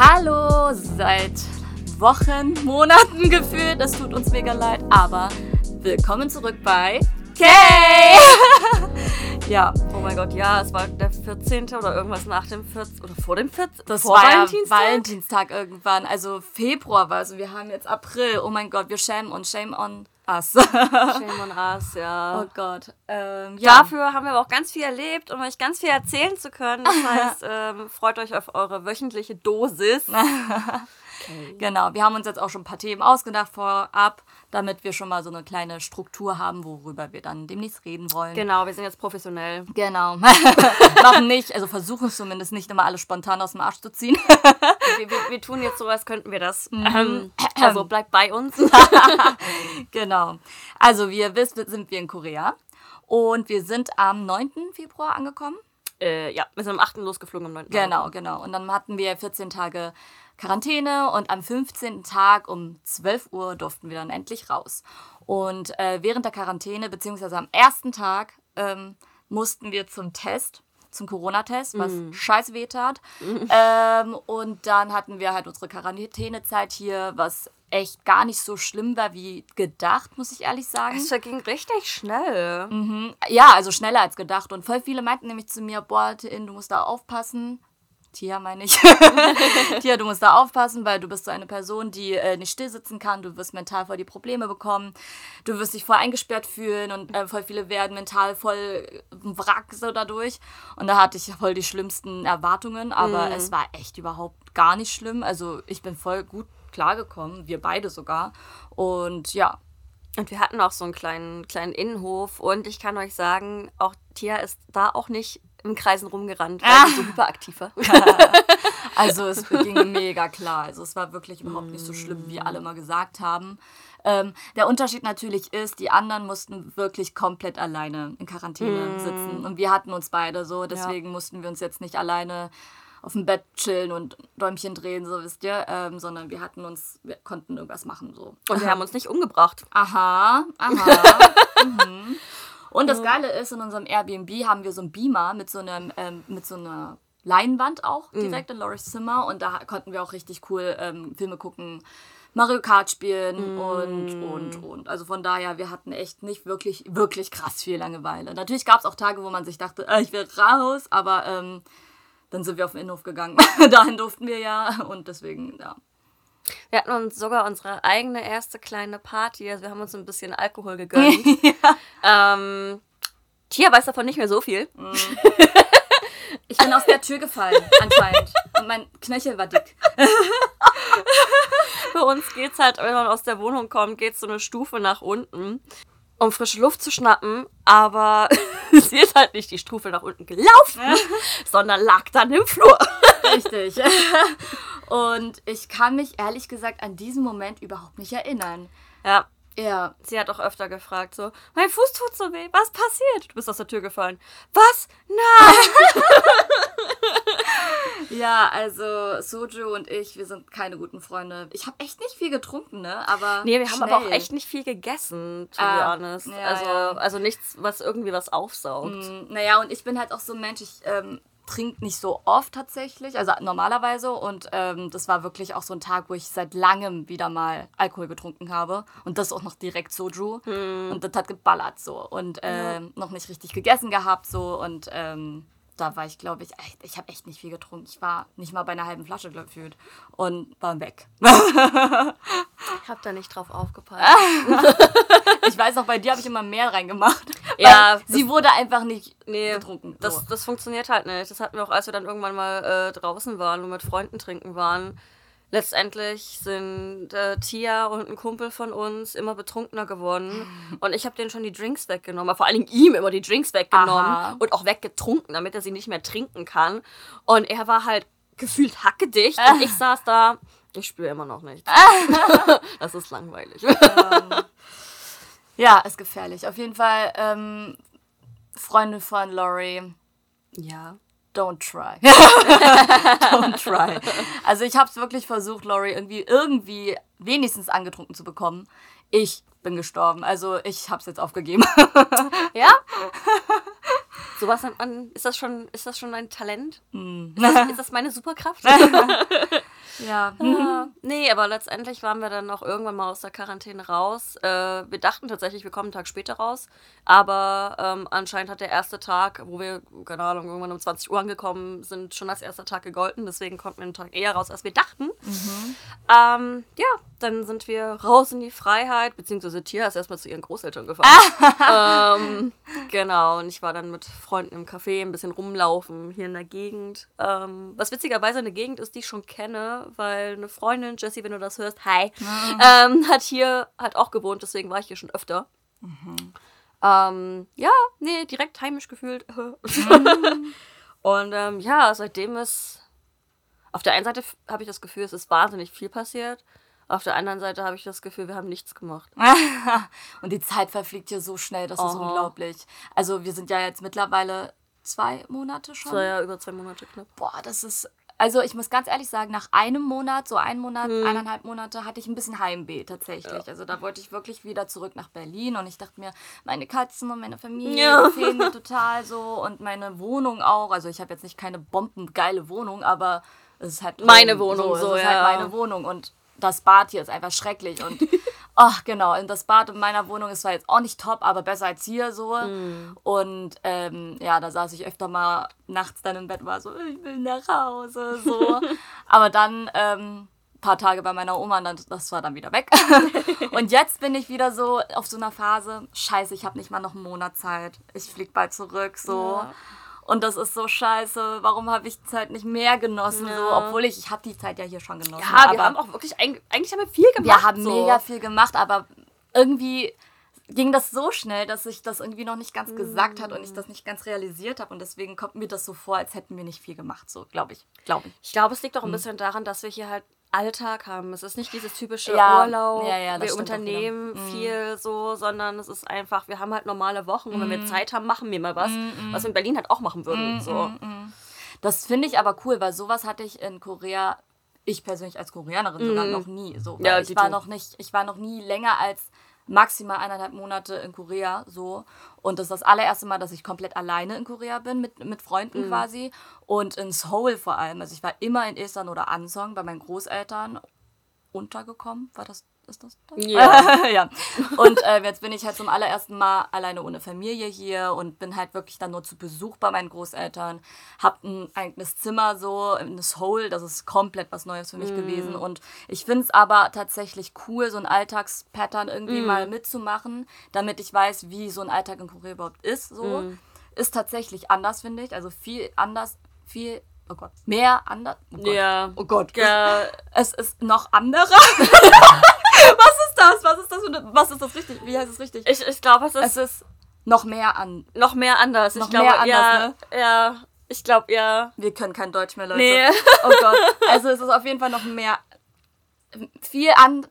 Hallo, seit Wochen, Monaten gefühlt, das tut uns mega leid, aber willkommen zurück bei Kay! Ja. Oh mein Gott, ja, es war der 14. oder irgendwas nach dem 14. oder vor dem 14. Das vor war Valentinstag? ja Valentinstag irgendwann, also Februar war es und wir haben jetzt April. Oh mein Gott, wir shame on us. Shame on us, ja. Oh Gott. Ja. Dafür haben wir aber auch ganz viel erlebt, um euch ganz viel erzählen zu können. Das heißt, freut euch auf eure wöchentliche Dosis. Okay. Genau, wir haben uns jetzt auch schon ein paar Themen ausgedacht vorab, damit wir schon mal so eine kleine Struktur haben, worüber wir dann demnächst reden wollen. Genau, wir sind jetzt professionell. Genau. Machen nicht, also versuchen es zumindest nicht immer alles spontan aus dem Arsch zu ziehen. Wir tun jetzt so, als könnten wir das. Also bleibt bei uns. Genau. Also wie ihr wisst, sind wir in Korea und wir sind am 9. Februar angekommen. Ja, wir sind am 8. losgeflogen, am 9. Genau. Und dann hatten wir 14 Tage Quarantäne und am 15. Tag um 12 Uhr durften wir dann endlich raus. Und während der Quarantäne, beziehungsweise am ersten Tag, mussten wir zum Corona-Test, was scheiße weh tat. Und dann hatten wir halt unsere Quarantänezeit hier, was echt gar nicht so schlimm war wie gedacht, muss ich ehrlich sagen. Es verging richtig schnell. Ja, also schneller als gedacht. Und voll viele meinten nämlich zu mir, boah, Tin, du musst da aufpassen. Tia meine ich. Tia, du musst da aufpassen, weil du bist so eine Person, die nicht still sitzen kann. Du wirst mental voll die Probleme bekommen. Du wirst dich voll eingesperrt fühlen und voll viele werden mental voll ein Wrack so dadurch. Und da hatte ich voll die schlimmsten Erwartungen, aber es war echt überhaupt gar nicht schlimm. Also ich bin voll gut klargekommen, wir beide sogar. Und ja. Und wir hatten auch so einen kleinen Innenhof und ich kann euch sagen, auch Tia ist da auch nicht im Kreisen rumgerannt, weil sie so hyperaktiv war. Also es ging mega klar. Also es war wirklich überhaupt nicht so schlimm, wie alle mal gesagt haben. Der Unterschied natürlich ist, die anderen mussten wirklich komplett alleine in Quarantäne sitzen. Und wir hatten uns beide so, deswegen mussten wir uns jetzt nicht alleine auf dem Bett chillen und Däumchen drehen, so wisst ihr, sondern wir konnten irgendwas machen. So. Und wir haben uns nicht umgebracht. Aha. Und das Geile ist, in unserem Airbnb haben wir so einen Beamer mit so einer Leinwand auch direkt in Loris Zimmer und da konnten wir auch richtig cool Filme gucken, Mario Kart spielen und. Also von daher, wir hatten echt nicht wirklich, wirklich krass viel Langeweile. Natürlich gab es auch Tage, wo man sich dachte, ich will raus, aber dann sind wir auf den Innenhof gegangen. Dahin durften wir ja und deswegen, ja. Wir hatten uns sogar unsere eigene erste kleine Party, also wir haben uns ein bisschen Alkohol gegönnt. Tia weiß davon nicht mehr so viel. Ich bin aus der Tür gefallen, anscheinend. Und mein Knöchel war dick. Bei uns geht's halt, wenn man aus der Wohnung kommt, geht's so eine Stufe nach unten, um frische Luft zu schnappen. Aber sie ist halt nicht die Stufe nach unten gelaufen, sondern lag dann im Flur. Richtig. Und ich kann mich ehrlich gesagt an diesen Moment überhaupt nicht erinnern. Ja. Ja. Sie hat auch öfter gefragt, so, mein Fuß tut so weh, was passiert? Du bist aus der Tür gefallen. Was? Nein! Ja, also Soju und ich, wir sind keine guten Freunde. Ich habe echt nicht viel getrunken, ne? Aber nee, wir haben aber auch echt nicht viel gegessen, to be honest. Ja, also nichts, was irgendwie was aufsaugt. Naja, und ich bin halt auch so ein Mensch, ich trinke nicht so oft tatsächlich, also normalerweise. Und das war wirklich auch so ein Tag, wo ich seit langem wieder mal Alkohol getrunken habe. Und das auch noch direkt Soju. Und das hat geballert so. Und noch nicht richtig gegessen gehabt so. Und da war ich, glaube ich habe echt nicht viel getrunken. Ich war nicht mal bei einer halben Flasche gefühlt und war weg. Ich habe da nicht drauf aufgepasst. Ich weiß auch, bei dir habe ich immer mehr reingemacht. Ja. Sie wurde einfach nicht getrunken. So. Das funktioniert halt nicht. Das hatten wir auch, als wir dann irgendwann mal draußen waren und mit Freunden trinken waren. Letztendlich sind Tia und ein Kumpel von uns immer betrunkener geworden. Und ich habe denen schon die Drinks weggenommen. Aber vor allen Dingen ihm immer die Drinks weggenommen. Und auch weggetrunken, damit er sie nicht mehr trinken kann. Und er war halt gefühlt hackedicht. Und ich saß da, ich spüre immer noch nichts. Das ist langweilig. Ja, ist gefährlich. Auf jeden Fall, Freunde von Lori. Ja. Don't try. Don't try. Also ich habe es wirklich versucht, Lori irgendwie wenigstens angetrunken zu bekommen. Ich bin gestorben. Also ich habe es jetzt aufgegeben. Ja? Sowas ist das schon ein Talent? Ist das meine Superkraft? Ja. Nee, aber letztendlich waren wir dann auch irgendwann mal aus der Quarantäne raus. Wir dachten tatsächlich, wir kommen einen Tag später raus. Aber anscheinend hat der erste Tag, wo wir, keine Ahnung, irgendwann um 20 Uhr angekommen sind, schon als erster Tag gegolten. Deswegen konnten wir einen Tag eher raus, als wir dachten. Ja, dann sind wir raus in die Freiheit. Beziehungsweise Tia ist erstmal zu ihren Großeltern gefahren. Genau, und ich war dann mit Freunden im Café ein bisschen rumlaufen hier in der Gegend. Was witzigerweise eine Gegend ist, die ich schon kenne, weil eine Freundin, Jessie, wenn du das hörst, hi, hat auch gewohnt, deswegen war ich hier schon öfter. Ja, nee, direkt heimisch gefühlt. Und ja, seitdem ist, auf der einen Seite habe ich das Gefühl, es ist wahnsinnig viel passiert. Auf der anderen Seite habe ich das Gefühl, wir haben nichts gemacht. Und die Zeit verfliegt hier so schnell, das ist unglaublich. Also wir sind ja jetzt mittlerweile 2 Monate schon. Ja, über 2 Monate knapp. Boah, das ist... Also ich muss ganz ehrlich sagen, nach einem Monat, so 1 Monat, 1,5 Monate, hatte ich ein bisschen Heimweh tatsächlich. Ja. Also da wollte ich wirklich wieder zurück nach Berlin und ich dachte mir, meine Katzen und meine Familie fehlen mir total so und meine Wohnung auch. Also ich habe jetzt nicht keine bombengeile Wohnung, aber es ist halt meine Wohnung so, es ist halt meine Wohnung und das Bad hier ist einfach schrecklich und ach genau, und das Bad in meiner Wohnung ist zwar jetzt auch nicht top, aber besser als hier so. Und ja, da saß ich öfter mal nachts dann im Bett und war so, ich will nach Hause, so. Aber dann paar Tage bei meiner Oma und dann, das war dann wieder weg. Und jetzt bin ich wieder so auf so einer Phase, scheiße, ich habe nicht mal noch einen Monat Zeit. Ich flieg bald zurück, so. Ja. Und das ist so scheiße. Warum habe ich die Zeit nicht mehr genossen? Ja. So, obwohl ich habe die Zeit ja hier schon genossen. Ja, wir haben auch wirklich, eigentlich haben wir viel gemacht. Wir haben mega viel gemacht, aber irgendwie ging das so schnell, dass sich das irgendwie noch nicht ganz gesagt hat und ich das nicht ganz realisiert habe. Und deswegen kommt mir das so vor, als hätten wir nicht viel gemacht. So, glaube ich. Ich glaube, es liegt auch ein bisschen daran, dass wir hier halt Alltag haben. Es ist nicht dieses typische Urlaub, wir unternehmen viel so, sondern es ist einfach, wir haben halt normale Wochen und wenn wir Zeit haben, machen wir mal was wir in Berlin halt auch machen würden. So. Das finde ich aber cool, weil sowas hatte ich in Korea, ich persönlich als Koreanerin sogar noch nie. So, ja, ich war noch nie länger als maximal 1,5 Monate in Korea, so. Und das ist das allererste Mal, dass ich komplett alleine in Korea bin, mit Freunden quasi. Und in Seoul vor allem. Also ich war immer in Ilsan oder Ansong bei meinen Großeltern untergekommen. Ist das? Ja. Ja. Und jetzt bin ich halt zum allerersten Mal alleine ohne Familie hier und bin halt wirklich dann nur zu Besuch bei meinen Großeltern. Hab ein eigenes Zimmer so in Seoul, das ist komplett was Neues für mich gewesen. Und ich finde es aber tatsächlich cool, so ein Alltagspattern irgendwie mal mitzumachen, damit ich weiß, wie so ein Alltag in Korea überhaupt ist. So. Ist tatsächlich anders, finde ich. Also oh Gott, mehr anders. Oh Gott. Ja. Oh Gott. Ja. Es ist noch anderer. Was ist das richtig? Wie heißt es richtig? Ich glaube, es ist noch mehr anders. Ich glaube, ne? Ja. Ich glaube, ja. Wir können kein Deutsch mehr, Leute. Nee. Oh Gott. Also es ist auf jeden Fall noch mehr. Viel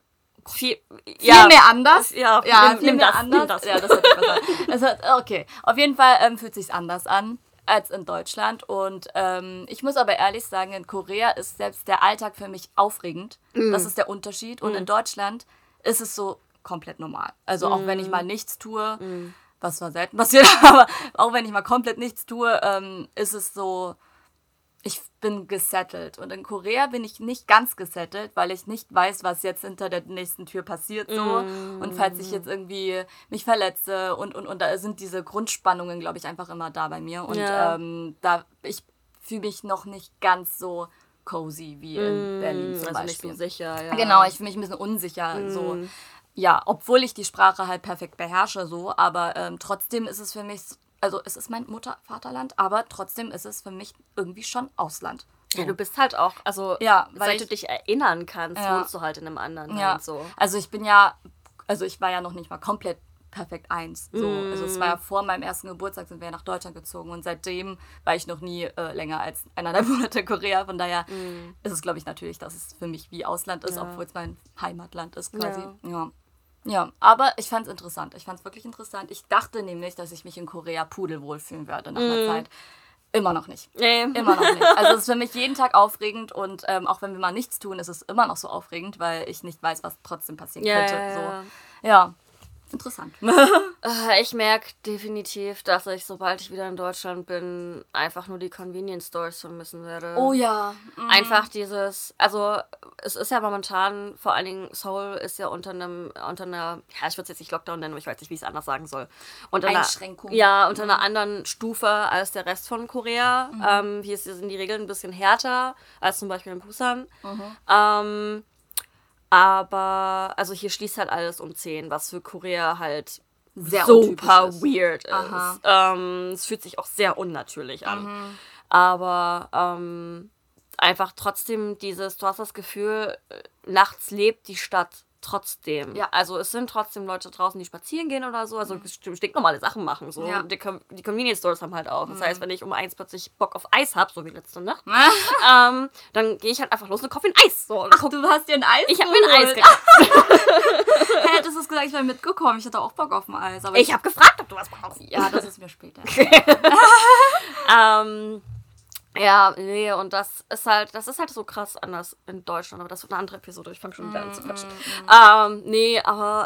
mehr anders. Ja, viel mehr anders. Nimm das. Ja, das hat ich besser. Okay. Auf jeden Fall fühlt es sich anders an als in Deutschland. Und ich muss aber ehrlich sagen, in Korea ist selbst der Alltag für mich aufregend. Das ist der Unterschied. Und in Deutschland ist es so komplett normal. Also auch wenn ich mal nichts tue, was zwar selten passiert, aber auch wenn ich mal komplett nichts tue, ist es so, ich bin gesettelt. Und in Korea bin ich nicht ganz gesettelt, weil ich nicht weiß, was jetzt hinter der nächsten Tür passiert. So. Und falls ich jetzt irgendwie mich verletze und da sind diese Grundspannungen, glaube ich, einfach immer da bei mir. Und ich fühle mich noch nicht ganz so cozy wie in Berlin zum Beispiel. Nicht so sicher, ja. Genau, ich fühle mich ein bisschen unsicher. So. Ja, obwohl ich die Sprache halt perfekt beherrsche, so, aber trotzdem ist es für mich, also es ist mein Vaterland, aber trotzdem ist es für mich irgendwie schon Ausland. So. Ja, du bist halt auch, also seit du dich erinnern kannst, wohnst du halt in einem anderen Land. So. Also ich war ja noch nicht mal komplett perfekt 1. So. Also es war ja vor meinem ersten Geburtstag, sind wir ja nach Deutschland gezogen und seitdem war ich noch nie länger als 1,5 Monate in Korea. Von daher ist es, glaube ich, natürlich, dass es für mich wie Ausland ist, obwohl es mein Heimatland ist quasi. Ja, aber ich fand es interessant. Ich fand es wirklich interessant. Ich dachte nämlich, dass ich mich in Korea pudelwohl fühlen würde nach einer Zeit. Immer noch nicht. Nee. Immer noch nicht. Also es ist für mich jeden Tag aufregend und auch wenn wir mal nichts tun, ist es immer noch so aufregend, weil ich nicht weiß, was trotzdem passieren könnte. So. Ja. Interessant. Ich merke definitiv, dass ich, sobald ich wieder in Deutschland bin, einfach nur die Convenience Stores vermissen werde. Oh ja. Einfach dieses, also es ist ja momentan, vor allen Dingen Seoul ist ja unter einer, ja, ich würde es jetzt nicht Lockdown nennen, aber ich weiß nicht, wie ich es anders sagen soll. Einschränkung. Ja, unter einer anderen Stufe als der Rest von Korea. Hier sind die Regeln ein bisschen härter als zum Beispiel in Busan. Aber, also hier schließt halt alles um 10, was für Korea halt Sehr super untypisch ist. weird ist. Es fühlt sich auch sehr unnatürlich an. Aber einfach trotzdem du hast das Gefühl, nachts lebt die Stadt trotzdem. Ja. Also es sind trotzdem Leute draußen, die spazieren gehen oder so, also stinknormale Sachen machen. So. Ja. Die Convenience Stores haben halt auch. Das heißt, wenn ich um 1 plötzlich Bock auf Eis habe, so wie letzte Nacht, dann gehe ich halt einfach los und kaufe ein Eis. So. Ach, du hast dir ein Eis Ich habe mir ein Eis geholt. gekauft. Hättest du es gesagt, ich wäre mitgekommen. Ich hatte auch Bock auf ein Eis. Aber Ich habe gefragt, ob du was brauchst. Ja, das ist mir später. Ja, nee, und das ist halt so krass anders in Deutschland, aber das wird eine andere Episode, ich fange schon wieder an zu quatschen. Nee, aber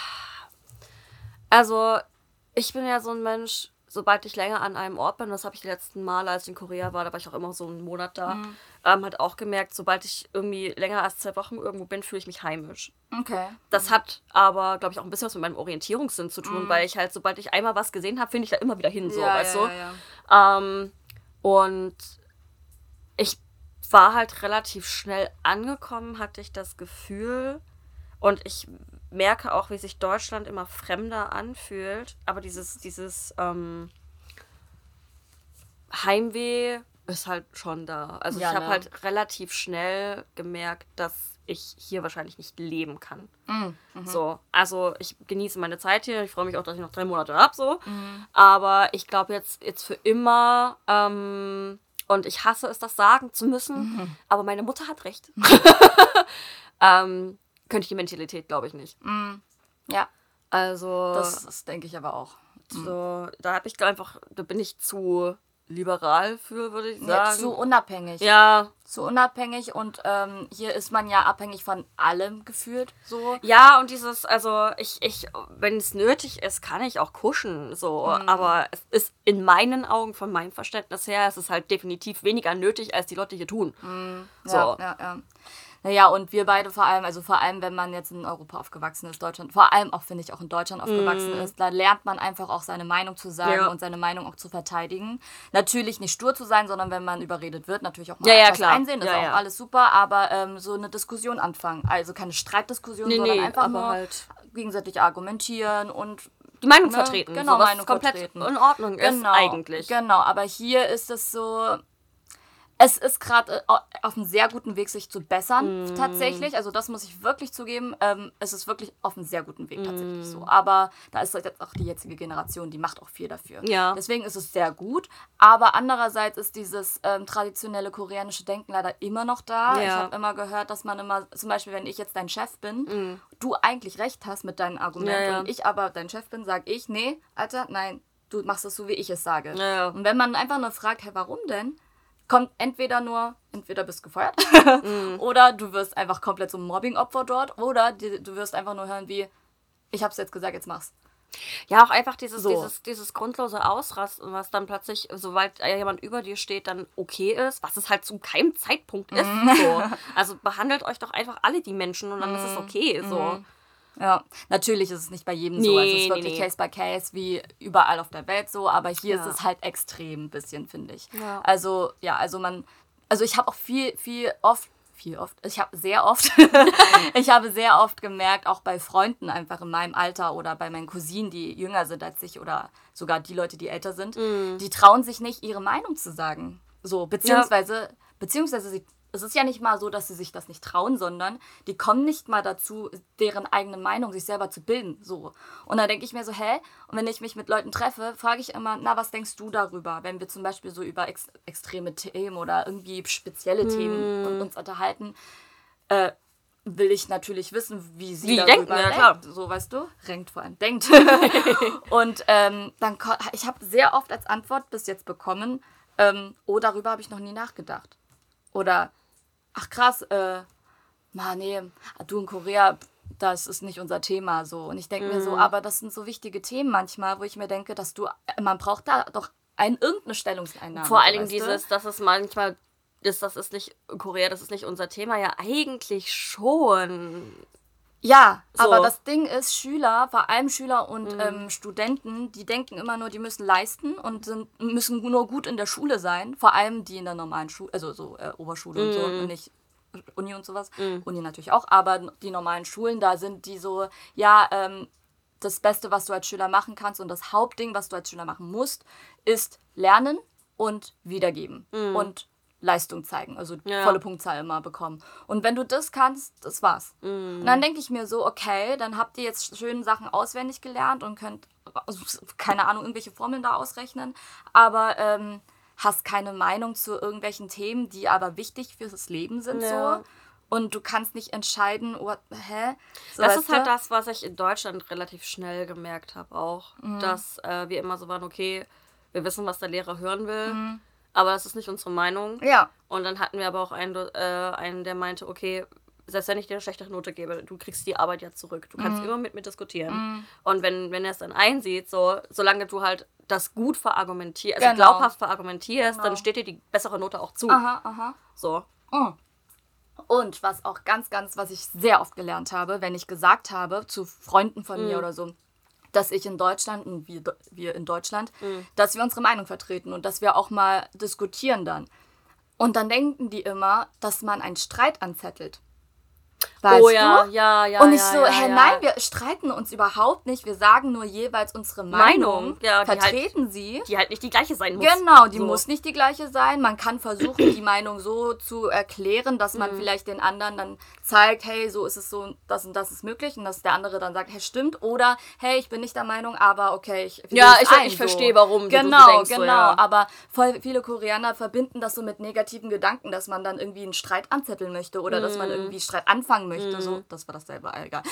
also ich bin ja so ein Mensch, sobald ich länger an einem Ort bin, das habe ich die letzten Male, als ich in Korea war, da war ich auch immer so einen Monat da, halt auch gemerkt, sobald ich irgendwie länger als 2 Wochen irgendwo bin, fühle ich mich heimisch. Okay. Das hat aber, glaube ich, auch ein bisschen was mit meinem Orientierungssinn zu tun, weil ich halt, sobald ich einmal was gesehen habe, finde ich da immer wieder hin, so, weißt du? Ja. Und ich war halt relativ schnell angekommen, hatte ich das Gefühl. Und ich merke auch, wie sich Deutschland immer fremder anfühlt. Aber dieses Heimweh ist halt schon da. Also Ja, ich habe ne? halt relativ schnell gemerkt, dass ich hier wahrscheinlich nicht leben kann. So, also ich genieße meine Zeit hier. Ich freue mich auch, dass ich noch 3 Monate habe, so. Aber ich glaube jetzt für immer, und ich hasse es, das sagen zu müssen, aber meine Mutter hat recht. Könnte ich die Mentalität, glaube ich, nicht. Ja, Also, das denke ich aber auch. so, da bin ich zu liberal für, würde ich sagen. Ja, zu unabhängig. Ja. Zu unabhängig und hier ist man ja abhängig von allem gefühlt so. Ja, und wenn es nötig ist, kann ich auch kuschen, so. Aber es ist in meinen Augen, von meinem Verständnis her, es ist halt definitiv weniger nötig, als die Leute hier tun. So. Ja. Naja, und wir beide vor allem, wenn man jetzt in Europa aufgewachsen ist, Deutschland, vor allem auch, finde ich, auch in Deutschland aufgewachsen ist, da lernt man einfach auch seine Meinung zu sagen und seine Meinung auch zu verteidigen. Natürlich nicht stur zu sein, sondern wenn man überredet wird, natürlich auch mal etwas klar. einsehen, ist auch alles super, aber so eine Diskussion anfangen. Also keine Streitdiskussion, sondern einfach nur halt gegenseitig argumentieren und die Meinung vertreten. Genau, so, was Meinung komplett vertreten. in Ordnung ist eigentlich. Genau, aber hier ist es so, es ist gerade auf einem sehr guten Weg, sich zu bessern, tatsächlich. Also das muss ich wirklich zugeben. Es ist wirklich auf einem sehr guten Weg tatsächlich so. Aber da ist jetzt auch die jetzige Generation, die macht auch viel dafür. Ja. Deswegen ist es sehr gut. Aber andererseits ist dieses traditionelle koreanische Denken leider immer noch da. Ja. Ich habe immer gehört, dass man immer, zum Beispiel, wenn ich jetzt dein Chef bin, du eigentlich recht hast mit deinen Argumenten und ich aber dein Chef bin, sage ich, nee, Alter, nein, du machst es so, wie ich es sage. Ja. Und wenn man einfach nur fragt, hey, warum denn? Kommt entweder bist du gefeuert oder du wirst einfach komplett so ein Mobbing-Opfer dort oder du wirst einfach nur hören wie, ich hab's jetzt gesagt, jetzt mach's. Ja, auch einfach dieses grundlose Ausrasten, was dann plötzlich, sobald jemand über dir steht, dann okay ist, was es halt zu keinem Zeitpunkt ist. So. Also behandelt euch doch einfach alle die Menschen und dann ist es okay. So. Ja, natürlich ist es nicht bei jedem so. Also es ist wirklich Case by Case, wie überall auf der Welt so, aber hier ist es halt extrem ein bisschen, finde ich. Ja. Also ich habe auch ich habe sehr oft gemerkt, auch bei Freunden einfach in meinem Alter oder bei meinen Cousinen, die jünger sind als ich oder sogar die Leute, die älter sind, die trauen sich nicht, ihre Meinung zu sagen. So, beziehungsweise es ist ja nicht mal so, dass sie sich das nicht trauen, sondern die kommen nicht mal dazu, deren eigene Meinung sich selber zu bilden. So. Und dann denke ich mir so, und wenn ich mich mit Leuten treffe, frage ich immer, na, was denkst du darüber? Wenn wir zum Beispiel so über extreme Themen oder irgendwie spezielle Themen uns unterhalten, will ich natürlich wissen, wie sie darüber denken. Ja, klar. So, weißt du? Renkt vor allem, denkt. Und ich habe sehr oft als Antwort bis jetzt bekommen, darüber habe ich noch nie nachgedacht. Oder, ach krass, du in Korea, das ist nicht unser Thema so. Und ich denke mir so, aber das sind so wichtige Themen manchmal, wo ich mir denke, man braucht da doch irgendeine Stellungseinnahme. Vor allen Dingen dass es manchmal das ist nicht Korea, das ist nicht unser Thema, ja eigentlich schon. Ja, So. aber das Ding ist, Schüler, vor allem Schüler und Studenten, die denken immer nur, die müssen leisten und müssen nur gut in der Schule sein. Vor allem die in der normalen Schule, also so Oberschule und so und nicht Uni und sowas. Uni natürlich auch, aber die normalen Schulen, da sind die so, das Beste, was du als Schüler machen kannst und das Hauptding, was du als Schüler machen musst, ist lernen und wiedergeben und Leistung zeigen, also volle Punktzahl immer bekommen. Und wenn du das kannst, das war's. Und dann denke ich mir so, okay, dann habt ihr jetzt schöne Sachen auswendig gelernt und könnt, keine Ahnung, irgendwelche Formeln da ausrechnen, aber hast keine Meinung zu irgendwelchen Themen, die aber wichtig fürs Leben sind so. Und du kannst nicht entscheiden, So, das ist halt das, was ich in Deutschland relativ schnell gemerkt habe auch, dass wir immer so waren, okay, wir wissen, was der Lehrer hören will, aber das ist nicht unsere Meinung. Ja. Und dann hatten wir aber auch einen, der meinte, okay, selbst wenn ich dir eine schlechte Note gebe, du kriegst die Arbeit ja zurück. Du kannst immer mit mir diskutieren. Und wenn er es dann einsieht, solange du halt das gut verargumentierst, also glaubhaft verargumentierst, dann steht dir die bessere Note auch zu. Aha. So. Und was auch was ich sehr oft gelernt habe, wenn ich gesagt habe zu Freunden von mir oder so, dass ich in Deutschland, und wir in Deutschland, dass wir unsere Meinung vertreten und dass wir auch mal diskutieren dann. Und dann denken die immer, dass man einen Streit anzettelt. Weißt du? Ja. Und ich nein, wir streiten uns überhaupt nicht. Wir sagen nur jeweils unsere Meinung. Vertreten sie. Die halt nicht die gleiche sein muss. Genau, die muss nicht die gleiche sein. Man kann versuchen, die Meinung so zu erklären, dass man vielleicht den anderen dann zeigt, hey, so ist es so, das und das ist möglich. Und dass der andere dann sagt, hey, stimmt. Oder, hey, ich bin nicht der Meinung, aber okay, ich verstehe, warum du so denkst. Genau. Aber voll viele Koreaner verbinden das so mit negativen Gedanken, dass man dann irgendwie einen Streit anzetteln möchte oder dass man irgendwie Streit anfangen möchte. So, das war dasselbe, egal.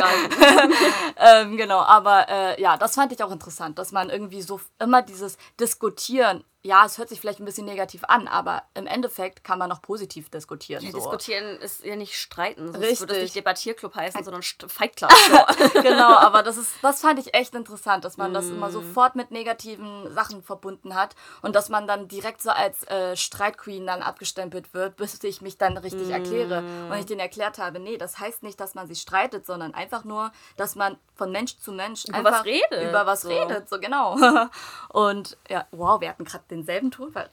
Genau, aber das fand ich auch interessant, dass man irgendwie so immer dieses Diskutieren, es hört sich vielleicht ein bisschen negativ an, aber im Endeffekt kann man noch positiv diskutieren. Ja, diskutieren ist ja nicht streiten. Richtig. Das würde nicht Debattierclub heißen, sondern Fight Club. So. Genau, aber das fand ich echt interessant, dass man das immer sofort mit negativen Sachen verbunden hat und dass man dann direkt so als Streitqueen dann abgestempelt wird, bis ich mich dann richtig erkläre. Und ich denen erklärt habe, nee, das heißt nicht, dass man sich streitet, sondern einfach nur, dass man von Mensch zu Mensch über was redet. So genau. Und ja, wow, wir hatten gerade denselben Tonfall.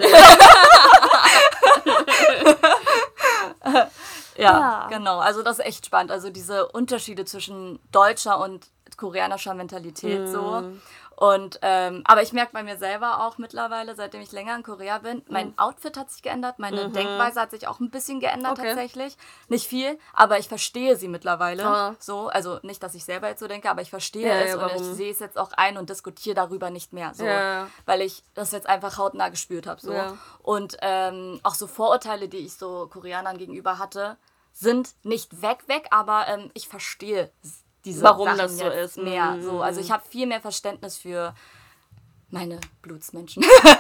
Ja, genau. Also das ist echt spannend. Also diese Unterschiede zwischen deutscher und koreanischer Mentalität so. Und aber ich merke bei mir selber auch mittlerweile, seitdem ich länger in Korea bin, mein Outfit hat sich geändert, meine Denkweise hat sich auch ein bisschen geändert tatsächlich. Nicht viel, aber ich verstehe sie mittlerweile. So, also nicht, dass ich selber jetzt so denke, aber ich verstehe es und ich sehe es jetzt auch ein und diskutiere darüber nicht mehr. So, weil ich das jetzt einfach hautnah gespürt habe. So. Ja. Und auch so Vorurteile, die ich so Koreanern gegenüber hatte, sind nicht weg, aber ich verstehe warum Sachen das so ist. Mehr. So. Also ich habe viel mehr Verständnis für meine Blutsmenschen.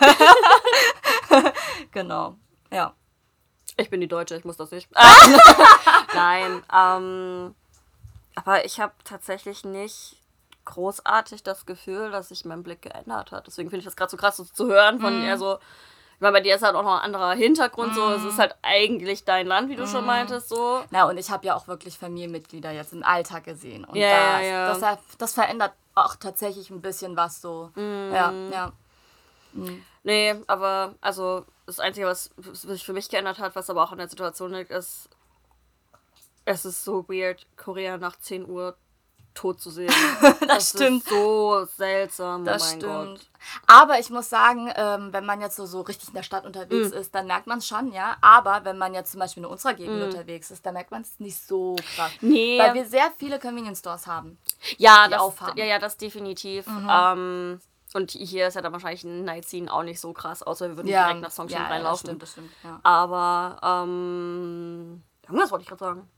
Genau, ja. Ich bin die Deutsche, ich muss das nicht. Nein, aber ich habe tatsächlich nicht großartig das Gefühl, dass sich mein Blick geändert hat. Deswegen finde ich das gerade so krass, das zu hören von eher so. Ich meine, bei dir ist halt auch noch ein anderer Hintergrund, so. Es ist halt eigentlich dein Land, wie du schon meintest, so. Na, und ich habe ja auch wirklich Familienmitglieder jetzt im Alltag gesehen. Und das verändert auch tatsächlich ein bisschen was so. Ja. Nee, aber, also, das Einzige, was sich für mich geändert hat, was aber auch an der Situation liegt, ist, es ist so weird, Korea nach 10 Uhr tot zu sehen. Das stimmt. Ist so seltsam, das mein stimmt. Gott. Aber ich muss sagen, wenn man jetzt so richtig in der Stadt unterwegs ist, dann merkt man es schon, ja. Aber wenn man jetzt zum Beispiel in unserer Gegend unterwegs ist, dann merkt man es nicht so krass. Nee. Weil wir sehr viele Convenience Stores haben. Ja, das definitiv. Und hier ist ja dann wahrscheinlich ein Night Scene auch nicht so krass, außer wir würden direkt nach Songchim reinlaufen. Das stimmt. Ja. Aber, irgendwas wollte ich gerade sagen.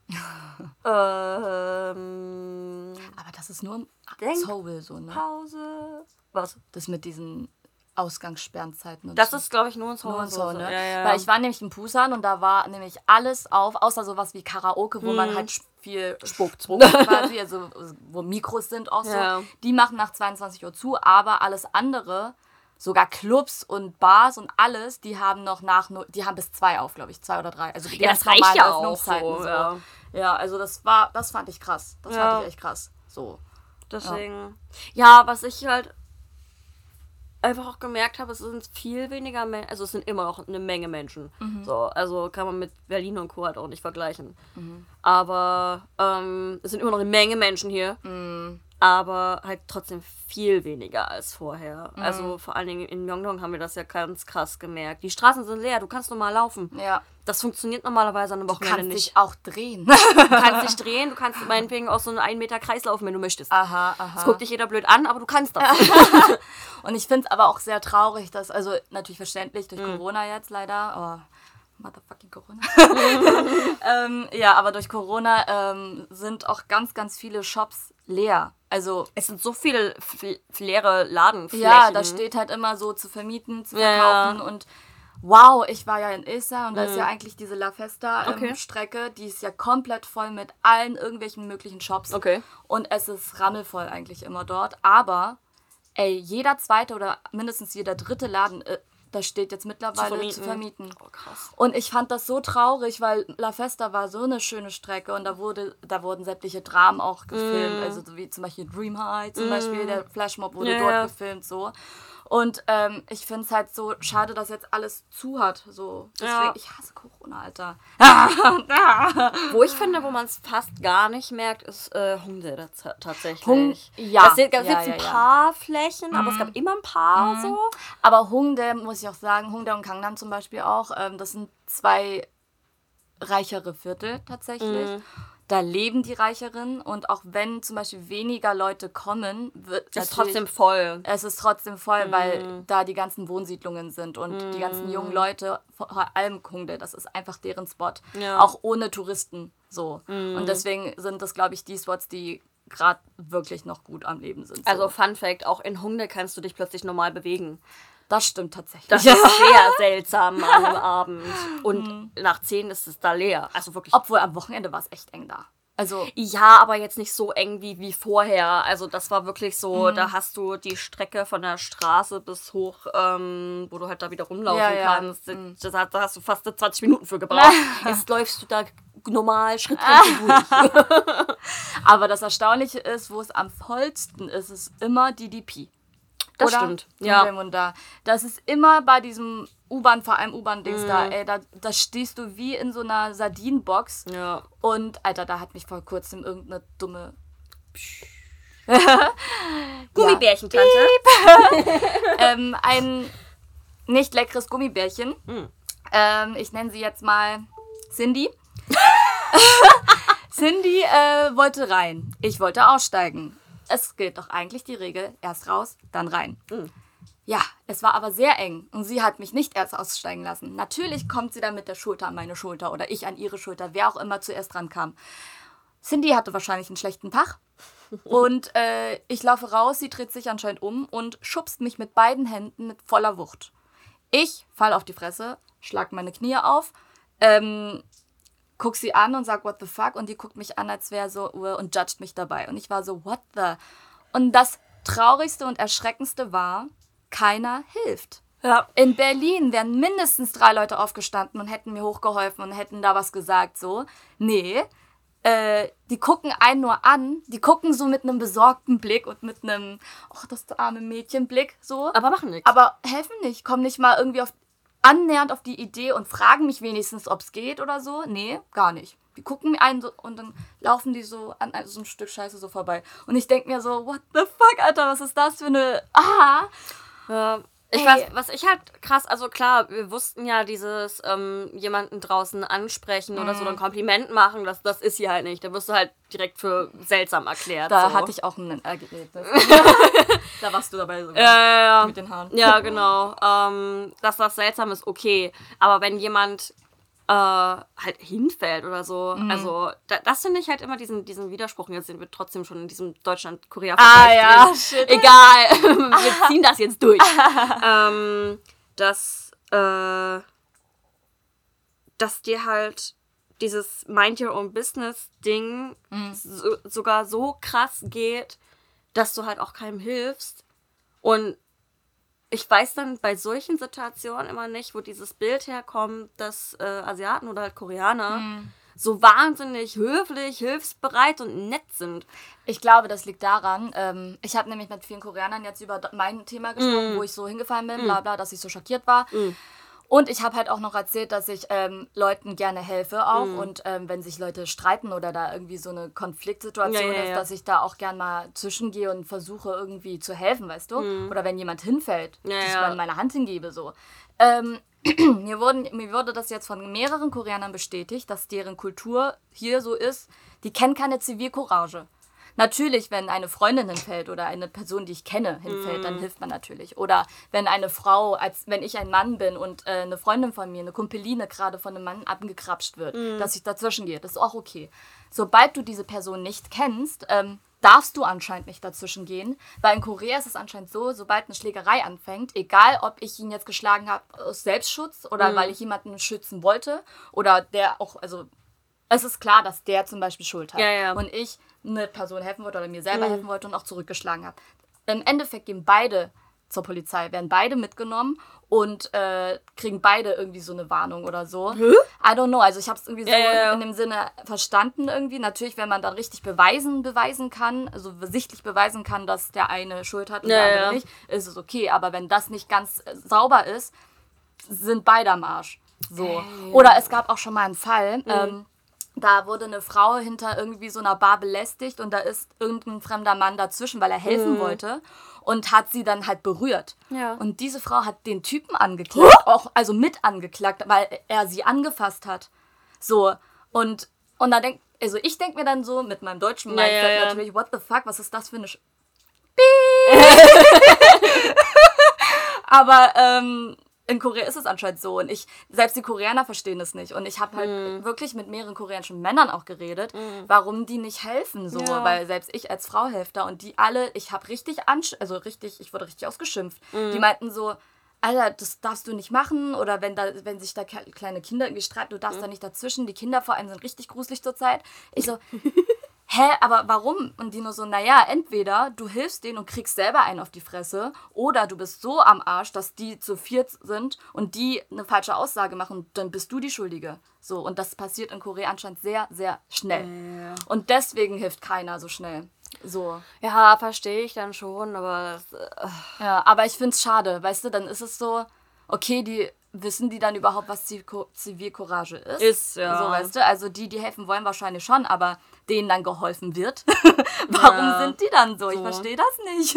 Aber das ist nur Seoul so, ne? Pause. Was? Das mit diesen Ausgangssperrenzeiten. Das ist, glaube ich, nur in Seoul. Nur in Seoul, ne? Ja. Weil ich war nämlich in Busan und da war nämlich alles auf, außer sowas wie Karaoke, wo man halt viel spuckt quasi, also wo Mikros sind auch so. Ja. Die machen nach 22 Uhr zu, aber alles andere, sogar Clubs und Bars und alles, die haben noch die haben bis 2 auf, glaube ich, 2 oder 3. Also die Ja, das ganz reicht normalen ja auch Öffnungszeiten so, so. Ja, also das fand ich krass. Das fand ich echt krass. So. Deswegen. Ja, was ich halt einfach auch gemerkt habe, es sind viel weniger Menschen, also es sind immer noch eine Menge Menschen. So, also kann man mit Berlin und Co. halt auch nicht vergleichen. Aber es sind immer noch eine Menge Menschen hier. Aber halt trotzdem viel weniger als vorher. Also vor allen Dingen in Myeongdong haben wir das ja ganz krass gemerkt. Die Straßen sind leer, du kannst normal laufen. Ja. Das funktioniert normalerweise an einem Wochenende Kannst nicht. dich auch drehen. Du kannst dich drehen, du kannst meinetwegen auch so einen 1 Meter Kreis laufen, wenn du möchtest. Aha. Das guckt dich jeder blöd an, aber du kannst das. Und ich finde es aber auch sehr traurig, dass, also natürlich verständlich durch Corona jetzt leider, motherfucking Corona. Ja, aber durch Corona sind auch ganz, ganz viele Shops leer. Also Es sind so viele leere Ladenflächen. ja, da steht halt immer so zu vermieten, zu verkaufen Ja. und wow, ich war ja in Ilsa und da ist ja eigentlich diese La Festa Okay. Strecke, die ist ja komplett voll mit allen irgendwelchen möglichen Shops. Okay. Und es ist rammelvoll eigentlich immer dort, aber ey, jeder zweite oder mindestens jeder dritte Laden, da steht jetzt mittlerweile zu vermieten. Oh, krass. Und ich fand das so traurig, weil La Festa war so eine schöne Strecke und da wurden sämtliche Dramen auch gefilmt, also so wie zum Beispiel Dream High, zum Beispiel der Flashmob wurde dort gefilmt, so. Und ich finde es halt so schade, dass jetzt alles zu hat, so. Deswegen, ich hasse Corona, Alter. Wo ich finde, wo man es fast gar nicht merkt, ist Hongdae tatsächlich. Ja. Es gibt Ja, ein paar Flächen, aber es gab immer ein paar so. Aber Hongdae, muss ich auch sagen, Hongdae und Gangnam zum Beispiel auch, das sind 2 reichere Viertel tatsächlich. Da leben die Reicheren und auch wenn zum Beispiel weniger Leute kommen, wird Es ist trotzdem voll. es ist trotzdem voll, weil da die ganzen Wohnsiedlungen sind und die ganzen jungen Leute, vor allem Hongdae, das ist einfach deren Spot, Ja. auch ohne Touristen so. Und deswegen sind das, glaube ich, die Spots, die gerade wirklich noch gut am Leben sind. So. Also Fun Fact, auch in Hongdae kannst du dich plötzlich normal bewegen. Das stimmt tatsächlich. Das ist sehr seltsam an einem Abend. Und nach 10 ist es da leer. Also wirklich. Obwohl am Wochenende war es echt eng da. Also Ja, aber jetzt nicht so eng wie vorher. Also das war wirklich so, da hast du die Strecke von der Straße bis hoch, wo du halt da wieder rumlaufen kannst. Da hast du fast 20 Minuten für gebraucht. Jetzt läufst du da normal schrittweise durch. aber das Erstaunliche ist, wo es am vollsten ist, ist immer DDP. Das Oder? stimmt, ja. Und da. Das ist immer bei diesem U-Bahn, vor allem U-Bahn-Dings da, ey, da stehst du wie in so einer Sardinenbox. Ja. Und, Alter, da hat mich vor kurzem irgendeine dumme Gummibärchen-Tante. ein nicht leckeres Gummibärchen. Ich nenne sie jetzt mal Cindy. Cindy wollte rein. Ich wollte aussteigen. Es gilt doch eigentlich die Regel, erst raus, dann rein. Ja, es war aber sehr eng und sie hat mich nicht erst aussteigen lassen. Natürlich kommt sie dann mit der Schulter an meine Schulter oder ich an ihre Schulter, wer auch immer zuerst dran kam. Cindy hatte wahrscheinlich einen schlechten Tag und ich laufe raus, sie dreht sich anscheinend um und schubst mich mit beiden Händen mit voller Wucht. Ich falle auf die Fresse, schlag meine Knie auf, guck sie an und sag, what the fuck? Und die guckt mich an, als wäre so, und judgt mich dabei. Und ich war so, what the? Und das Traurigste und Erschreckendste war, keiner hilft. Ja. In Berlin wären mindestens 3 Leute aufgestanden und hätten mir hochgeholfen und hätten da was gesagt, so. Nee, die gucken einen nur an, die gucken so mit einem besorgten Blick und mit einem, ach, das arme Mädchen-Blick, so. Aber machen nichts. Aber helfen nicht, kommen nicht mal irgendwie annähernd auf die Idee und fragen mich wenigstens, ob es geht oder so. Nee, gar nicht. Die gucken einen so und dann laufen die so an so ein Stück Scheiße so vorbei. Und ich denke mir so, what the fuck, Alter, was ist das für eine... Ja. Ich Ey. weiß, was ich halt krass, also klar, wir wussten ja dieses jemanden draußen ansprechen oder so ein Kompliment machen, das ist hier halt nicht. Da wirst du halt direkt für seltsam erklärt. Da so. hatte ich auch ein Erlebnis. Da warst du dabei sogar. Ja. Mit den Haaren. Ja, genau. Dass das seltsam ist, okay. Aber wenn jemand halt hinfällt oder so. Also das finde ich halt immer diesen Widerspruch. Jetzt sind wir trotzdem schon in diesem Deutschland-Korea-Vergleich shit. Egal, wir ziehen das jetzt durch. Dass dir halt dieses Mind-Your-Own-Business-Ding sogar so krass geht, dass du halt auch keinem hilfst. Und ich weiß dann bei solchen Situationen immer nicht, wo dieses Bild herkommt, dass Asiaten oder halt Koreaner so wahnsinnig höflich, hilfsbereit und nett sind. Ich glaube, das liegt daran, ich habe nämlich mit vielen Koreanern jetzt über mein Thema gesprochen, wo ich so hingefallen bin, bla bla, dass ich so schockiert war. Und ich habe halt auch noch erzählt, dass ich Leuten gerne helfe auch. Und wenn sich Leute streiten oder da irgendwie so eine Konfliktsituation ist, dass ich da auch gern mal zwischengehe und versuche irgendwie zu helfen, weißt du? Oder wenn jemand hinfällt, dass ich mal meine Hand hingebe, so. Mir wurde das jetzt von mehreren Koreanern bestätigt, dass deren Kultur hier so ist, die kennen keine Zivilcourage. Natürlich, wenn eine Freundin hinfällt oder eine Person, die ich kenne, hinfällt, dann hilft man natürlich. Oder wenn eine Frau, wenn ich ein Mann bin und eine Freundin von mir, eine Kumpeline gerade von einem Mann abgekrapscht wird, dass ich dazwischen gehe, das ist auch okay. Sobald du diese Person nicht kennst, darfst du anscheinend nicht dazwischen gehen, weil in Korea ist es anscheinend so, sobald eine Schlägerei anfängt, egal ob ich ihn jetzt geschlagen habe aus Selbstschutz oder weil ich jemanden schützen wollte oder der auch, also es ist klar, dass der zum Beispiel Schuld hat und ich eine Person helfen wollte oder mir selber helfen wollte und auch zurückgeschlagen habe. Im Endeffekt gehen beide zur Polizei, werden beide mitgenommen und kriegen beide irgendwie so eine Warnung oder so. I don't know, also ich habe es irgendwie so in dem Sinne verstanden irgendwie. Natürlich, wenn man dann richtig beweisen kann, also sichtlich beweisen kann, dass der eine Schuld hat und der andere nicht, ist es okay. Aber wenn das nicht ganz sauber ist, sind beide am Arsch. So. Oder es gab auch schon mal einen Fall, da wurde eine Frau hinter irgendwie so einer Bar belästigt und da ist irgendein fremder Mann dazwischen, weil er helfen wollte und hat sie dann halt berührt. Ja. Und diese Frau hat den Typen angeklagt, auch also mit angeklagt, weil er sie angefasst hat. So, und da ich denke mir dann so, mit meinem deutschen Mindset natürlich, what the fuck, was ist das für eine Aber, in Korea ist es anscheinend so und selbst die Koreaner verstehen es nicht. Und ich habe halt wirklich mit mehreren koreanischen Männern auch geredet, warum die nicht helfen, so. Weil selbst ich als Frau helfe da und die alle, ich habe ich wurde richtig ausgeschimpft. Die meinten so, Alter, das darfst du nicht machen oder wenn sich da kleine Kinder irgendwie streiten, du darfst da nicht dazwischen. Die Kinder vor allem sind richtig gruselig zurzeit. Ich so, hä, aber warum? Und die nur so, naja, entweder du hilfst denen und kriegst selber einen auf die Fresse oder du bist so am Arsch, dass die zu viert sind und die eine falsche Aussage machen, dann bist du die Schuldige. So, und das passiert in Korea anscheinend sehr, sehr schnell. Und deswegen hilft keiner so schnell. So. Ja, verstehe ich dann schon, aber... Ja, aber ich find's schade, weißt du, dann ist es so, okay, wissen die dann überhaupt, was Zivilcourage ist? Ist, ja. So, weißt du, also die helfen wollen wahrscheinlich schon, aber denen dann geholfen wird. Warum sind die dann so? Ich verstehe das nicht.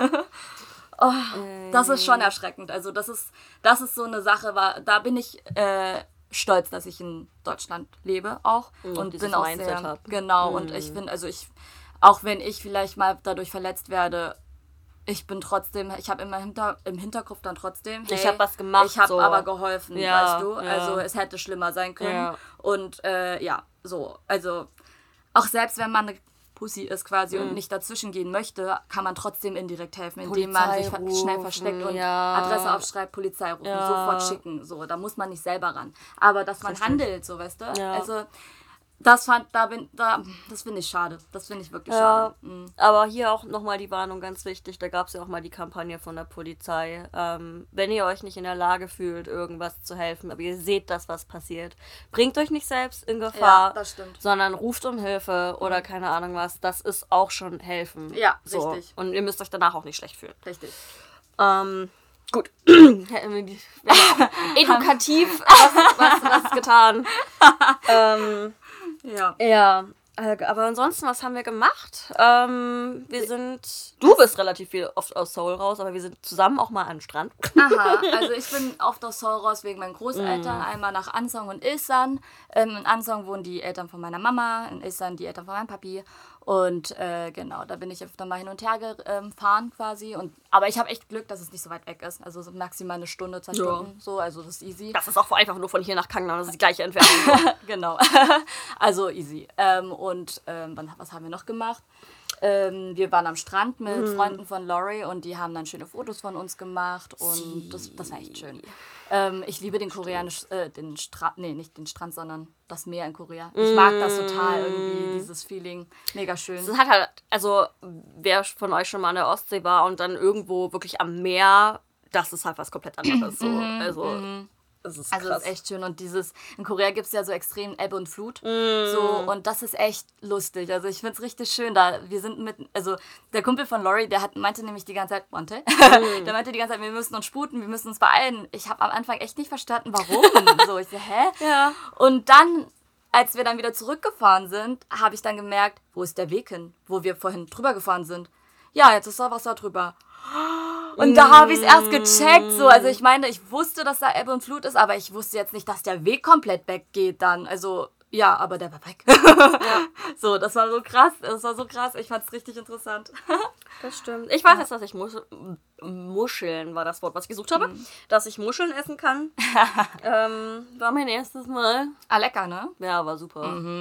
Das ist schon erschreckend. Also das ist so eine Sache, da bin ich stolz, dass ich in Deutschland lebe auch. Und bin auch Mindset sehr, hab. genau, und ich finde, auch wenn ich vielleicht mal dadurch verletzt werde, ich habe immer im Hinterkopf dann trotzdem, hey, ich habe was gemacht. Ich habe aber geholfen, weißt du? Ja. Also es hätte schlimmer sein können. Ja. Und so. Also auch selbst wenn man eine Pussy ist quasi und nicht dazwischen gehen möchte, kann man trotzdem indirekt helfen, indem man sich schnell versteckt und Adresse aufschreibt, Polizei rufen, sofort schicken. So, da muss man nicht selber ran. Aber dass man handelt, so, weißt du? Ja. Also das finde ich schade. Das finde ich wirklich schade. Aber hier auch nochmal die Warnung, ganz wichtig, da gab es ja auch mal die Kampagne von der Polizei. Wenn ihr euch nicht in der Lage fühlt, irgendwas zu helfen, aber ihr seht, dass was passiert, bringt euch nicht selbst in Gefahr, das stimmt. sondern ruft um Hilfe oder keine Ahnung was. Das ist auch schon helfen. Ja, so. Richtig. Und ihr müsst euch danach auch nicht schlecht fühlen. Richtig. Gut. Edukativ was getan. Ja, aber ansonsten, was haben wir gemacht? Du bist relativ viel oft aus Seoul raus, aber wir sind zusammen auch mal an den Strand. Aha, also ich bin oft aus Seoul raus wegen meinen Großeltern, einmal nach Ansong und Ilsan. In Ansong wohnen die Eltern von meiner Mama, in Ilsan die Eltern von meinem Papi. Und genau, da bin ich öfter mal hin und her gefahren quasi. Aber ich habe echt Glück, dass es nicht so weit weg ist. Also so maximal eine Stunde, 2 Stunden, so, also das ist easy. Das ist auch einfach nur von hier nach Kangnam, das ist die gleiche Entfernung. Genau, also easy. Was haben wir noch gemacht? Wir waren am Strand mit Freunden von Lori und die haben dann schöne Fotos von uns gemacht und das war echt schön. Ich liebe den Strand, nicht den Strand, sondern das Meer in Korea. Ich mag das total irgendwie, dieses Feeling, mega schön. Es hat halt, also wer von euch schon mal an der Ostsee war und dann irgendwo wirklich am Meer, das ist halt was komplett anderes. So. Das ist krass. Also das ist echt schön und in Korea gibt es ja so extrem Ebbe und Flut, so, und das ist echt lustig, also ich finde es richtig schön, der Kumpel von Lori, meinte nämlich die ganze Zeit, der meinte die ganze Zeit, wir müssen uns sputen, wir müssen uns beeilen. Ich habe am Anfang echt nicht verstanden, warum, so, ich so, hä? Ja. Und dann, als wir dann wieder zurückgefahren sind, habe ich dann gemerkt, wo ist der Weg hin, wo wir vorhin drüber gefahren sind. Ja, jetzt ist da Wasser drüber. Und da habe ich es erst gecheckt, so, also ich meine, ich wusste, dass da Ebbe und Flut ist, aber ich wusste jetzt nicht, dass der Weg komplett weggeht dann, also, ja, aber der war weg. Ja. So, das war so krass, ich fand es richtig interessant. Das stimmt. Ich weiß jetzt, dass ich Muscheln war das Wort, was ich gesucht habe, dass ich Muscheln essen kann. War mein erstes Mal. Ah, lecker, ne? Ja, war super.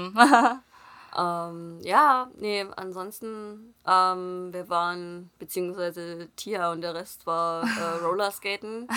Ansonsten, wir waren, beziehungsweise Tia und der Rest war Rollerskaten.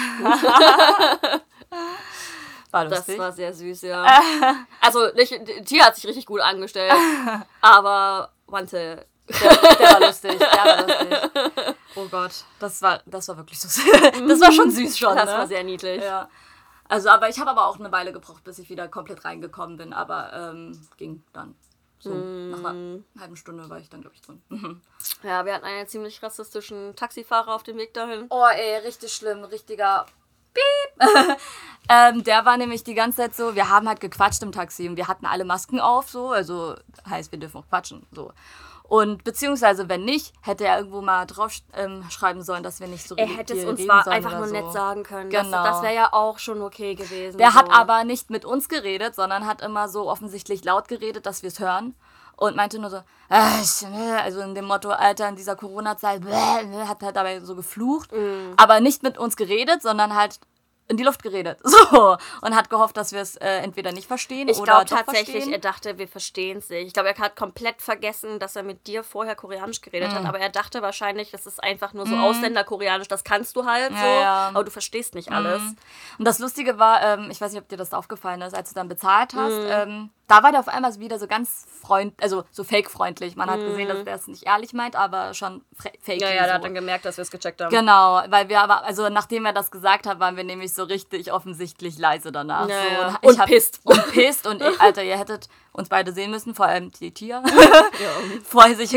War lustig. Das war sehr süß, ja. Also, Tia hat sich richtig gut angestellt, aber Wante... Der war lustig. Oh Gott, das war wirklich süß. Das war schon süß schon, Das war sehr niedlich. Ja. Also, aber ich habe aber auch eine Weile gebraucht, bis ich wieder komplett reingekommen bin, aber ging dann. So, nach einer halben Stunde war ich dann, glaube ich, drin. Ja, wir hatten einen ziemlich rassistischen Taxifahrer auf dem Weg dahin. Oh ey, richtig schlimm, richtiger Piep. Der war nämlich die ganze Zeit so, wir haben halt gequatscht im Taxi und wir hatten alle Masken auf, so, also heißt, wir dürfen auch quatschen, so. Und beziehungsweise, wenn nicht, hätte er irgendwo mal drauf schreiben sollen, dass wir nicht so reden. Er hätte es uns mal einfach nur nett sagen können. Genau. Das wäre ja auch schon okay gewesen. Der hat aber nicht mit uns geredet, sondern hat immer so offensichtlich laut geredet, dass wir es hören. Und meinte nur so, also in dem Motto, Alter, in dieser Corona-Zeit, hat halt dabei so geflucht. Aber nicht mit uns geredet, sondern halt in die Luft geredet. So. Und hat gehofft, dass wir es entweder nicht verstehen oder doch verstehen. Ich glaube tatsächlich, er dachte, wir verstehen es nicht. Ich glaube, er hat komplett vergessen, dass er mit dir vorher Koreanisch geredet hat. Aber er dachte wahrscheinlich, das ist einfach nur so Ausländerkoreanisch, das kannst du halt so. Ja. Aber du verstehst nicht alles. Und das Lustige war, ich weiß nicht, ob dir das aufgefallen ist, als du dann bezahlt hast, da war der auf einmal wieder so ganz so fake-freundlich. Man hat gesehen, dass der es nicht ehrlich meint, aber schon fake. Ja, der hat dann gemerkt, dass wir es gecheckt haben. Genau, weil wir aber, also nachdem er das gesagt hat, waren wir nämlich so richtig offensichtlich leise danach. Ja, so. Und pisst. Und Alter, ihr hättet uns beide sehen müssen, vor allem die Tia. Vorher sich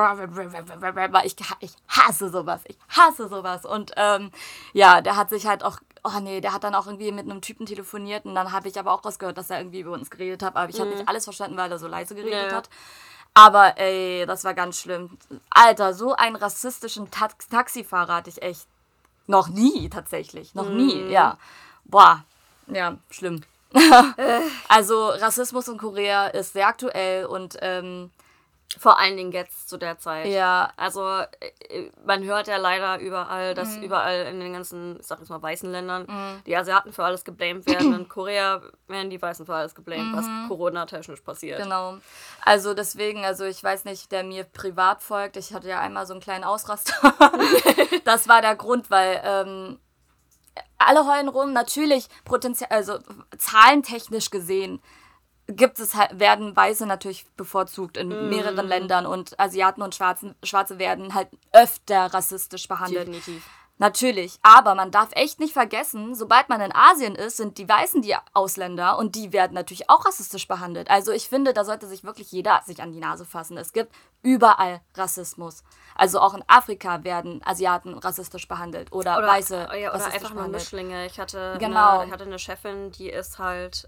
ich hasse sowas. Und der hat sich halt auch, der hat dann auch irgendwie mit einem Typen telefoniert und dann habe ich aber auch rausgehört, dass er irgendwie über uns geredet hat, aber ich habe nicht alles verstanden, weil er so leise geredet hat. Aber ey, das war ganz schlimm. Alter, so einen rassistischen Taxifahrer hatte ich echt noch nie, tatsächlich. Noch nie, ja. Boah, ja, schlimm. Also Rassismus in Korea ist sehr aktuell und vor allen Dingen jetzt zu der Zeit. Ja. Also man hört ja leider überall, dass überall in den ganzen, ich sag jetzt mal, weißen Ländern die Asiaten für alles geblamed werden. In Korea werden die Weißen für alles geblamed, was Corona-technisch passiert. Genau. Also deswegen, ich weiß nicht, der mir privat folgt, ich hatte ja einmal so einen kleinen Ausraster. Das war der Grund, weil alle heulen rum, natürlich zahlentechnisch gesehen werden Weiße natürlich bevorzugt in mehreren Ländern und Asiaten und Schwarze werden halt öfter rassistisch behandelt. Definitiv. Natürlich, aber man darf echt nicht vergessen, sobald man in Asien ist, sind die Weißen die Ausländer und die werden natürlich auch rassistisch behandelt. Also ich finde, da sollte sich wirklich jeder sich an die Nase fassen. Es gibt überall Rassismus. Also auch in Afrika werden Asiaten rassistisch behandelt oder Weiße oder rassistisch einfach nur behandelt. Mischlinge. Ich hatte eine Chefin, die ist halt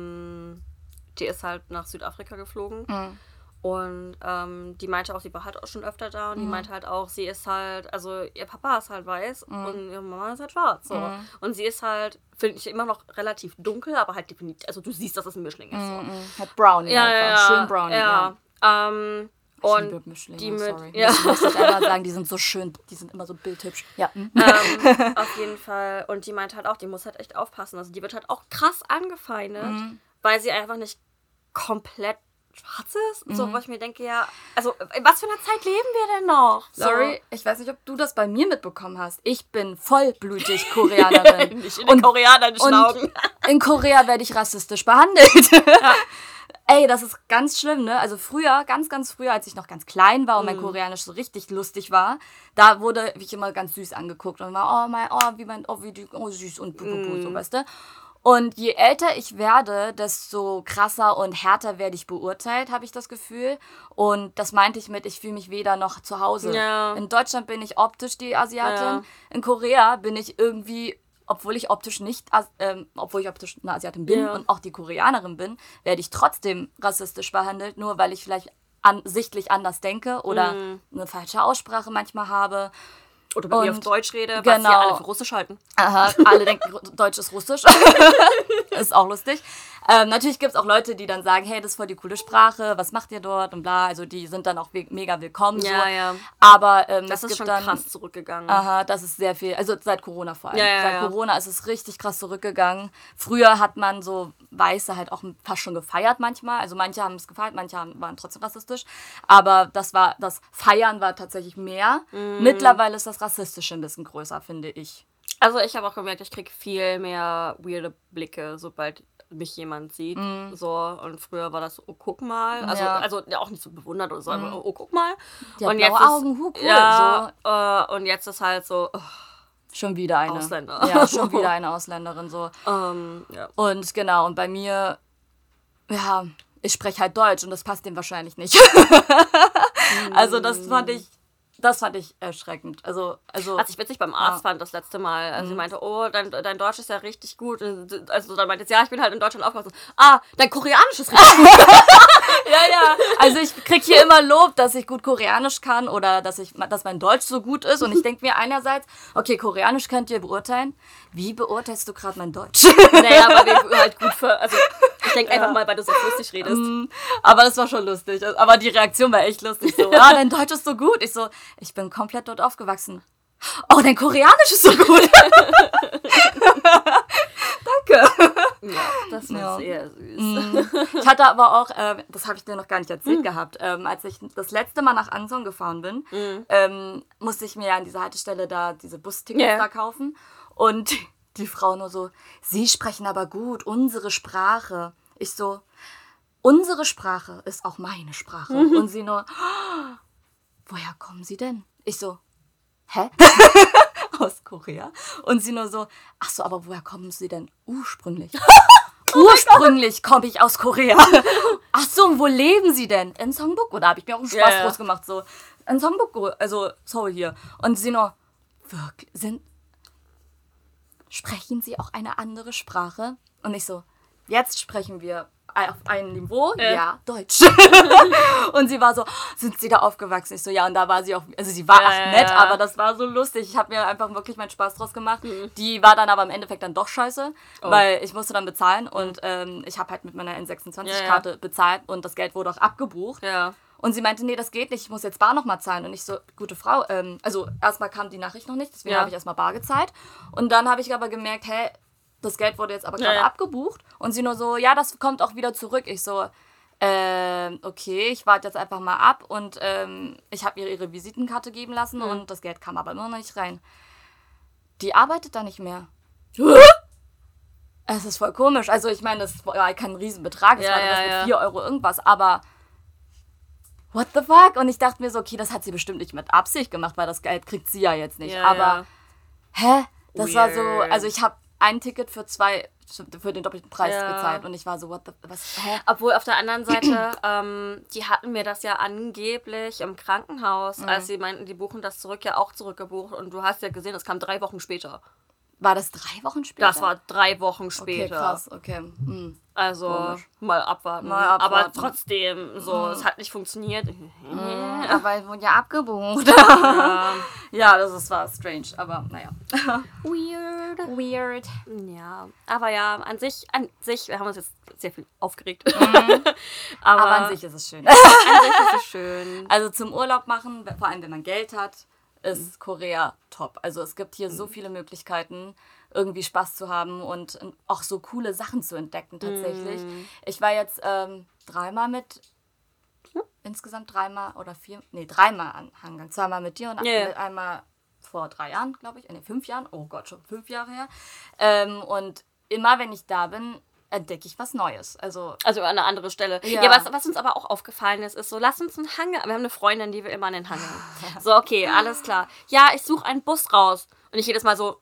nach Südafrika geflogen. Und die meinte auch, sie war halt auch schon öfter da und die meinte halt auch, sie ist halt, also ihr Papa ist halt weiß und ihre Mama ist halt schwarz. So. Und sie ist halt, finde ich, immer noch relativ dunkel, aber halt definitiv, also du siehst, dass es ein Mischling ist. So. Hat Brownie einfach, schön Brownie. Ja. Und die sorry. Ja. Das muss ich einmal sagen, die sind so schön, die sind immer so bildhübsch. Ja. Auf jeden Fall. Und die meint halt auch, die muss halt echt aufpassen. Also die wird halt auch krass angefeindet, weil sie einfach nicht komplett schwarz ist. So, wo ich mir denke, ja, also in was für einer Zeit leben wir denn noch? Sorry, ich weiß nicht, ob du das bei mir mitbekommen hast. Ich bin vollblutig Koreanerin. Nicht in den koreanischen Augen. In Korea werde ich rassistisch behandelt. Ja. Ey, das ist ganz schlimm, ne? Also früher, ganz, ganz früher, als ich noch ganz klein war und mein Koreanisch so richtig lustig war, da wurde ich immer ganz süß angeguckt und war, wie süß und so, weißt du? Und je älter ich werde, desto krasser und härter werde ich beurteilt, habe ich das Gefühl. Und das meinte ich mit, ich fühle mich weder noch zu Hause. Ja. In Deutschland bin ich optisch die Asiatin. Ja. In Korea bin ich irgendwie, obwohl ich optisch eine Asiatin bin und auch die Koreanerin bin, werde ich trotzdem rassistisch behandelt, nur weil ich vielleicht sichtlich anders denke oder eine falsche Aussprache manchmal habe. Oder wenn ich auf Deutsch rede, was genau. sie alle für Russisch halten. Aha, alle denken, Deutsch ist Russisch. Ist auch lustig. Natürlich gibt es auch Leute, die dann sagen, hey, das ist voll die coole Sprache, was macht ihr dort und bla. Also die sind dann auch mega willkommen. Ja, so. ja. Aber das ist schon krass zurückgegangen. Aha, das ist sehr viel. Also seit Corona vor allem. Ja, seit Corona ist es richtig krass zurückgegangen. Früher hat man so Weiße halt auch fast schon gefeiert manchmal. Also manche haben es gefeiert, manche waren trotzdem rassistisch. Aber das Feiern war tatsächlich mehr. Mittlerweile ist das Rassistische ein bisschen größer, finde ich. Also ich habe auch gemerkt, ich kriege viel mehr weirde Blicke, sobald mich jemand sieht. So, und früher war das so, oh, guck mal. Also ja, auch nicht so bewundert oder so, aber oh, guck mal. Die hat und blaue jetzt Augen, cool. Ja, so. Und jetzt ist halt so, schon wieder eine. Ausländer. Ja, schon wieder eine Ausländerin. So. Ja. Und genau, und bei mir, ja, ich spreche halt Deutsch und das passt dem wahrscheinlich nicht. Also das fand ich erschreckend. Also als ich witzig beim Arzt fand das letzte Mal. Also sie meinte, oh, dein Deutsch ist ja richtig gut. Also dann meinte sie, ja, ich bin halt in Deutschland aufgewachsen. Ah, dein Koreanisch ist richtig gut. ja. Also ich krieg hier immer Lob, dass ich gut Koreanisch kann oder dass mein Deutsch so gut ist. Und ich denke mir einerseits, okay, Koreanisch könnt ihr beurteilen. Wie beurteilst du gerade mein Deutsch? Naja, weil wir halt gut also ich denke einfach mal, weil du so lustig redest. Aber das war schon lustig. Aber die Reaktion war echt lustig. So, dein Deutsch ist so gut. Ich so, ich bin komplett dort aufgewachsen. Oh, dein Koreanisch ist so gut. Danke. Ja, das war sehr süß. Ich hatte aber auch, das habe ich dir noch gar nicht erzählt gehabt, als ich das letzte Mal nach Anson gefahren bin, musste ich mir ja an dieser Haltestelle da diese Bustickets da kaufen. Und die Frau nur so, Sie sprechen aber gut, unsere Sprache. Ich so, unsere Sprache ist auch meine Sprache. Und sie nur, woher kommen Sie denn? Ich so, hä? Aus Korea? Und sie nur so, ach so, aber woher kommen Sie denn ursprünglich? Ursprünglich komme ich aus Korea. Ach so, und wo leben Sie denn? In Songbuk? Oder habe ich mir auch einen Spaß draus gemacht, so, in Songbuk, also Seoul hier. Und sie nur, wirklich, sprechen Sie auch eine andere Sprache? Und ich so, jetzt sprechen wir auf einem Niveau, ja, Deutsch. Und sie war so, sind Sie da aufgewachsen? Ich so, ja, und da war sie auch, also sie war nett, aber das war so lustig. Ich habe mir einfach wirklich meinen Spaß draus gemacht. Die war dann aber im Endeffekt dann doch scheiße, weil ich musste dann bezahlen und ich habe halt mit meiner N26-Karte bezahlt und das Geld wurde auch abgebucht. Ja. Und sie meinte, nee, das geht nicht, ich muss jetzt bar nochmal zahlen. Und ich so, gute Frau, also erstmal kam die Nachricht noch nicht, deswegen habe ich erstmal bar gezahlt. Und dann habe ich aber gemerkt, hey, das Geld wurde jetzt aber gerade abgebucht. Und sie nur so, ja, das kommt auch wieder zurück. Ich so, okay, ich warte jetzt einfach mal ab. Und ich habe ihr ihre Visitenkarte geben lassen und das Geld kam aber immer noch nicht rein. Die arbeitet da nicht mehr. Es ist voll komisch. Also ich meine, das war kein Riesenbetrag. Es war mit 4 Euro irgendwas, aber what the fuck? Und ich dachte mir so, okay, das hat sie bestimmt nicht mit Absicht gemacht, weil das Geld kriegt sie ja jetzt nicht. Aber, hä? Das war so, also ich habe ein Ticket für den doppelten Preis gezahlt und ich war so, hä? Obwohl auf der anderen Seite, die hatten mir das ja angeblich im Krankenhaus, als sie meinten, die buchen das zurück, ja auch zurückgebucht und du hast ja gesehen, das kam 3 Wochen später. War das 3 Wochen später? Das war 3 Wochen später. Okay, krass, okay. Also, Komisch. mal abwarten. Aber trotzdem, so, es hat nicht funktioniert. Aber es wurde ja abgebucht. Ja. Ja, das war strange, aber naja. Weird. Ja, aber ja, an sich, wir haben uns jetzt sehr viel aufgeregt. Aber an sich ist es schön. An sich ist es schön. Also zum Urlaub machen, vor allem wenn man Geld hat, ist Korea top. Also es gibt hier so viele Möglichkeiten, irgendwie Spaß zu haben und auch so coole Sachen zu entdecken tatsächlich. Ich war jetzt insgesamt dreimal an Hangang. 2-mal mit dir und einmal vor 3 Jahren, glaube ich. 5 Jahren. Oh Gott, schon 5 Jahre her. Und immer, wenn ich da bin, entdecke ich was Neues. Also an eine andere Stelle. Ja. Ja, was uns aber auch aufgefallen ist so, lass uns einen Hangar. Wir haben eine Freundin, die will immer an den Hangar. So, okay, alles klar. Ja, ich suche einen Bus raus. Und ich jedes Mal so,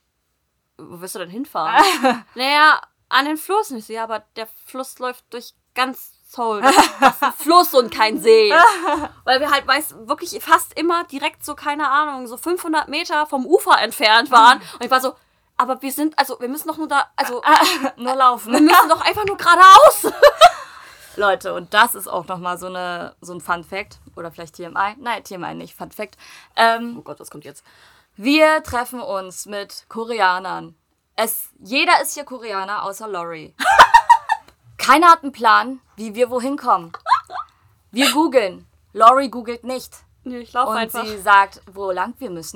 wo wirst du denn hinfahren? Naja, an den Fluss. Und ich so, ja, aber der Fluss läuft durch ganz Seoul. Das ist ein Fluss und kein See. Weil wir halt wirklich fast immer direkt so, keine Ahnung, so 500 Meter vom Ufer entfernt waren. Und ich war so, aber wir müssen doch nur da, nur laufen. Wir müssen doch einfach nur geradeaus. Leute, und das ist auch nochmal so ein Fun-Fact. Oder vielleicht TMI. Nein, TMI nicht, Fun-Fact. Oh Gott, was kommt jetzt? Wir treffen uns mit Koreanern. Jeder ist hier Koreaner, außer Lori. Keiner hat einen Plan, wie wir wohin kommen. Wir googeln. Lori googelt nicht. Nee, ich laufe einfach. Und sie sagt, wo lang wir müssen.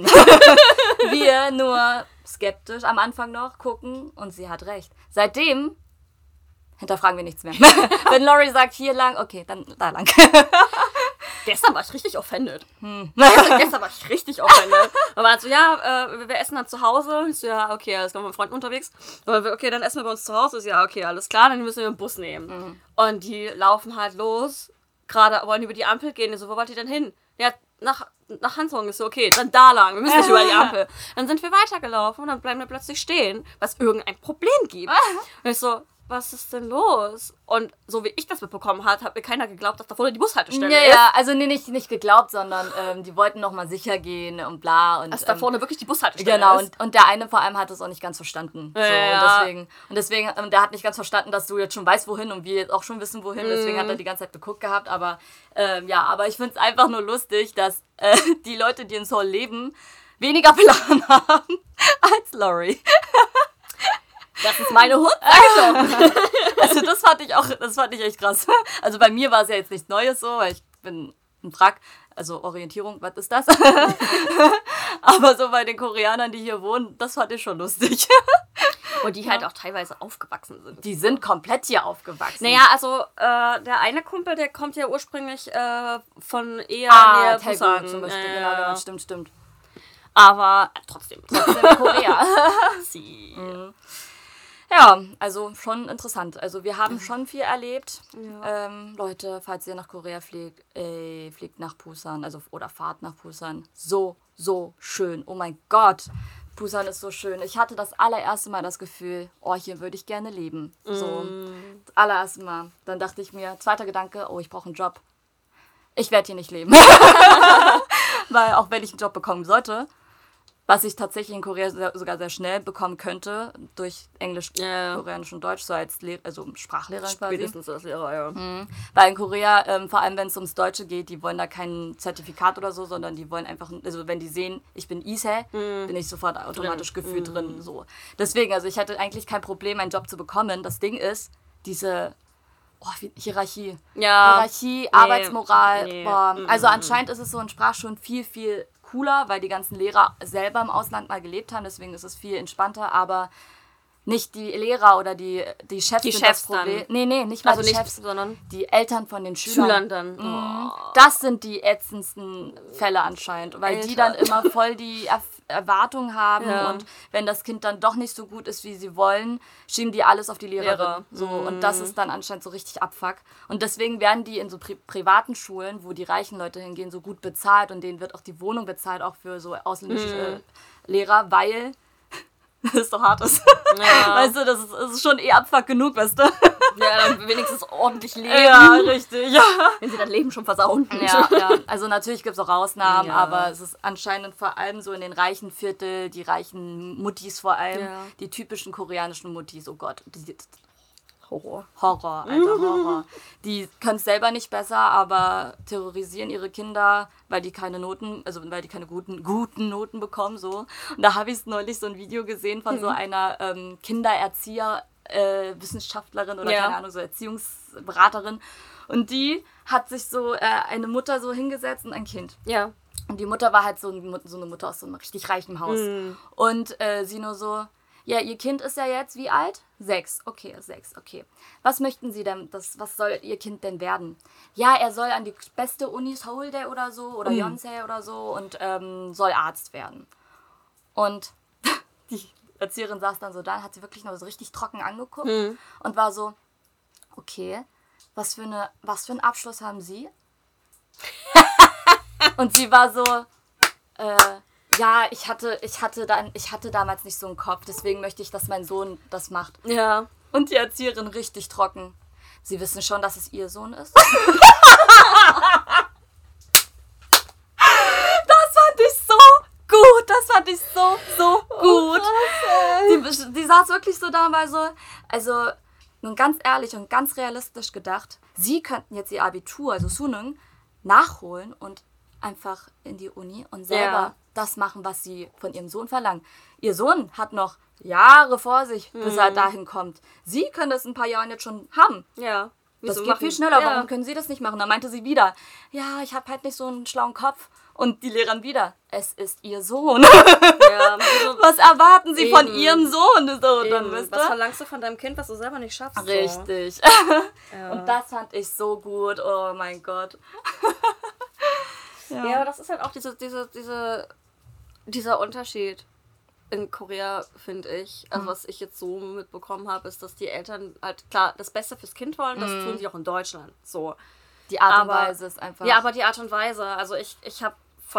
Wir nur skeptisch am Anfang noch gucken und sie hat recht. Seitdem hinterfragen wir nichts mehr. Wenn Lori sagt, hier lang, okay, dann da lang. Gestern war ich richtig offended. Gestern war ich richtig offended. Man war halt so, ja, wir essen dann zu Hause. Ich so, ja, okay, alles klar, mit meinem Freund unterwegs. Okay, dann essen wir bei uns zu Hause. Ich so, ja, okay, alles klar, dann müssen wir einen Bus nehmen. Und die laufen halt los, wollen über die Ampel gehen. Ich so, wo wollt ihr denn hin? Ja, nach Hansong. Ist so, okay, dann da lang. Wir müssen nicht über die Ampel. Dann sind wir weitergelaufen und dann bleiben wir plötzlich stehen, was irgendein Problem gibt. Und ich so, was ist denn los? Und so wie ich das mitbekommen habe, hat mir keiner geglaubt, dass da vorne die Bushaltestelle ist. Ja, also nicht geglaubt, sondern die wollten nochmal sicher gehen und bla. Und, dass da vorne wirklich die Bushaltestelle genau, ist. Und der eine vor allem hat es auch nicht ganz verstanden. So, ja. Und deswegen, der hat nicht ganz verstanden, dass du jetzt schon weißt, wohin und wir jetzt auch schon wissen, wohin. Deswegen hat er die ganze Zeit geguckt gehabt. Aber aber ich finde es einfach nur lustig, dass die Leute, die in Seoul leben, weniger Plan haben als Lori. Das ist meine Hut, sag ich doch. Also das fand ich echt krass. Also bei mir war es ja jetzt nichts Neues so, weil ich bin ein Wrack. Also Orientierung, was ist das? Aber so bei den Koreanern, die hier wohnen, das fand ich schon lustig. Und die halt auch teilweise aufgewachsen sind. Die sind komplett hier aufgewachsen. Naja, also der eine Kumpel, der kommt ja ursprünglich von eher näher Busan zum Beispiel. Genau, stimmt. Aber trotzdem Korea. Ja, also schon interessant. Also wir haben schon viel erlebt. Ja. Leute, falls ihr nach Korea fliegt, fliegt nach Busan, oder fahrt nach Busan. So schön. Oh mein Gott. Busan ist so schön. Ich hatte das allererste Mal das Gefühl, hier würde ich gerne leben. So, das allererste Mal. Dann dachte ich mir, zweiter Gedanke, ich brauche einen Job. Ich werde hier nicht leben. Weil auch wenn ich einen Job bekommen sollte, was ich tatsächlich in Korea sogar sehr schnell bekommen könnte, durch Englisch, Koreanisch und Deutsch, so als Sprachlehrer quasi. Spätestens als Lehrer, ja. Weil in Korea, vor allem wenn es ums Deutsche geht, die wollen da kein Zertifikat oder so, sondern die wollen einfach, wenn die sehen, ich bin Ise, bin ich sofort automatisch gefühlt drin. So. Deswegen, ich hatte eigentlich kein Problem, einen Job zu bekommen. Das Ding ist, diese Hierarchie. Ja. Hierarchie, Arbeitsmoral. Nee. Also anscheinend ist es so in Sprachschulen viel, viel cooler, weil die ganzen Lehrer selber im Ausland mal gelebt haben, deswegen ist es viel entspannter, aber nicht die Lehrer oder die Chefs sind das Problem. Nee, nicht mal die Chefs, sondern die Eltern von den Schülern. Dann. Das sind die ätzendsten Fälle anscheinend, weil die dann immer voll die Erwartungen haben und wenn das Kind dann doch nicht so gut ist, wie sie wollen, schieben die alles auf die Lehrerin. So, und das ist dann anscheinend so richtig Abfuck. Und deswegen werden die in so privaten Schulen, wo die reichen Leute hingehen, so gut bezahlt und denen wird auch die Wohnung bezahlt, auch für so ausländische Lehrer, weil das ist doch hartes. Ja. Weißt du, das ist schon Abfuck genug, weißt du? Ja, dann wenigstens ordentlich leben. Ja, richtig. Ja. Wenn sie das Leben schon versauen. Ja. Also natürlich gibt es auch Ausnahmen, Ja. aber es ist anscheinend vor allem so in den reichen Viertel, die reichen Muttis vor allem, die typischen koreanischen Muttis, oh Gott, Horror. Horror, Alter, Horror. Die können es selber nicht besser, aber terrorisieren ihre Kinder, weil die keine Noten, also weil die keine guten Noten bekommen, so. Und da habe ich neulich so ein Video gesehen von so einer Kindererzieher-Wissenschaftlerin oder keine Ahnung, so Erziehungsberaterin. Und die hat sich so eine Mutter so hingesetzt und ein Kind. Ja. Und die Mutter war halt so eine Mutter aus so einem richtig reichen Haus. Und sie nur so, ja, ihr Kind ist ja jetzt wie alt? 6. Okay, 6, okay. Was möchten Sie denn, was soll Ihr Kind denn werden? Ja, er soll an die beste Uni Seoul oder so oder Yonsei oder so und soll Arzt werden. Und die Erzieherin saß dann so da, hat sie wirklich noch so richtig trocken angeguckt und war so, okay, was für einen Abschluss haben Sie? Und sie war so, ja, ich hatte damals nicht so einen Kopf, deswegen möchte ich, dass mein Sohn das macht. Ja. Und die Erzieherin richtig trocken. Sie wissen schon, dass es Ihr Sohn ist? Das fand ich so gut. Das fand ich so gut. Die saß wirklich so da und war so, also nun ganz ehrlich und ganz realistisch gedacht, Sie könnten jetzt Ihr Abitur, also Suneung, nachholen und einfach in die Uni und selber das machen, was Sie von Ihrem Sohn verlangen. Ihr Sohn hat noch Jahre vor sich, bis er dahin kommt. Sie können das in ein paar Jahren jetzt schon haben. Ja. Das geht viel schneller. Warum können Sie das nicht machen? Da meinte sie wieder, ja, ich habe halt nicht so einen schlauen Kopf. Und die Lehrerin wieder, es ist Ihr Sohn. Ja, was erwarten Sie von Ihrem Sohn? So, dann, wisst was ihr? verlangst du von deinem Kind, was du selber nicht schaffst? Richtig. So. Und das fand ich so gut. Oh mein Gott. Ja, aber das ist halt auch dieser Unterschied in Korea, finde ich. Also was ich jetzt so mitbekommen habe, ist, dass die Eltern halt klar das Beste fürs Kind wollen. Das tun sie auch in Deutschland. So. Die Art und Weise ist einfach... Ja, aber die Art und Weise. Also ich habe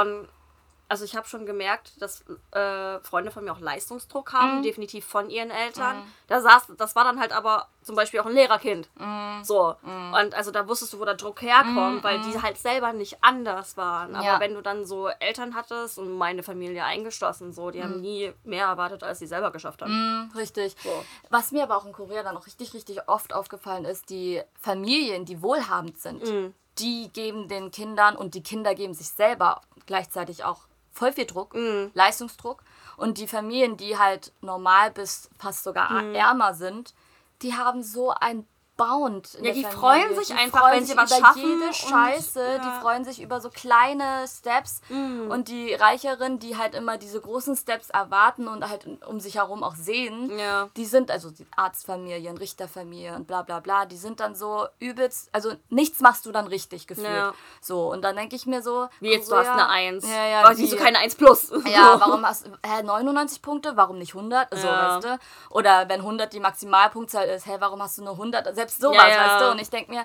schon gemerkt, dass Freunde von mir auch Leistungsdruck haben, definitiv von ihren Eltern. Das war dann halt aber zum Beispiel auch ein Lehrerkind. So. Und also da wusstest du, wo der Druck herkommt, weil die halt selber nicht anders waren. Aber wenn du dann so Eltern hattest und meine Familie eingeschlossen, so, die haben nie mehr erwartet, als sie selber geschafft haben. Richtig. So. Was mir aber auch in Korea dann auch richtig, richtig oft aufgefallen ist, die Familien, die wohlhabend sind, die geben den Kindern und die Kinder geben sich selber gleichzeitig auch voll viel Druck, Leistungsdruck. Und die Familien, die halt normal bis fast sogar ärmer sind, die haben so ein Bound in der die Familie. freuen sich einfach, wenn sie was über schaffen. Jede Scheiße, die freuen sich über so kleine Steps. Und die Reicheren, die halt immer diese großen Steps erwarten und halt um sich herum auch sehen, die sind, also die Arztfamilien, Richterfamilien, bla bla bla, die sind dann so übelst, also nichts machst du dann richtig gefühlt. Ja. So, und dann denke ich mir so, Wie jetzt, du hast eine 1. Ja, wieso keine 1 plus? Ja, warum hast du 99 Punkte, warum nicht 100? So, weißt du? Oder wenn 100 die Maximalpunktzahl ist, warum hast du nur 100? Selbst sowas, weißt du? Und ich denke mir,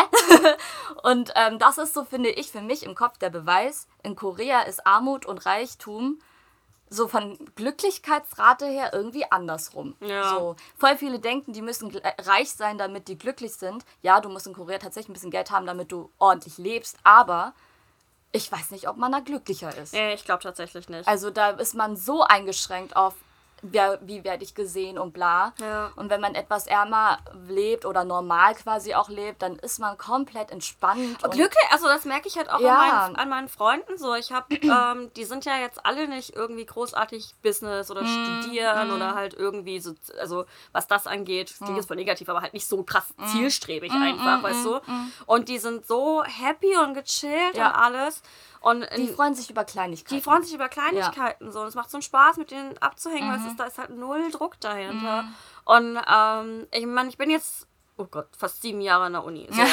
Und das ist so, finde ich, für mich im Kopf der Beweis, in Korea ist Armut und Reichtum so von Glücklichkeitsrate her irgendwie andersrum. Ja. So, voll viele denken, die müssen reich sein, damit die glücklich sind. Ja, du musst in Korea tatsächlich ein bisschen Geld haben, damit du ordentlich lebst, aber ich weiß nicht, ob man da glücklicher ist. Ich glaube tatsächlich nicht. Also da ist man so eingeschränkt auf, wie werde ich gesehen und bla. Ja. Und wenn man etwas ärmer lebt oder normal quasi auch lebt, dann ist man komplett entspannt. Und Glücklich, also das merke ich halt auch an meinen Freunden so. Ich habe, die sind ja jetzt alle nicht irgendwie großartig Business oder studieren oder halt irgendwie so, also was das angeht, klingt jetzt voll negativ, aber halt nicht so krass zielstrebig einfach, weißt du. Und die sind so happy und gechillt und alles. Und die freuen sich über Kleinigkeiten. So. Und es macht so einen Spaß, mit denen abzuhängen, weil da ist halt null Druck dahinter. Und ich meine, ich bin jetzt, oh Gott, fast 7 Jahre in der Uni. So.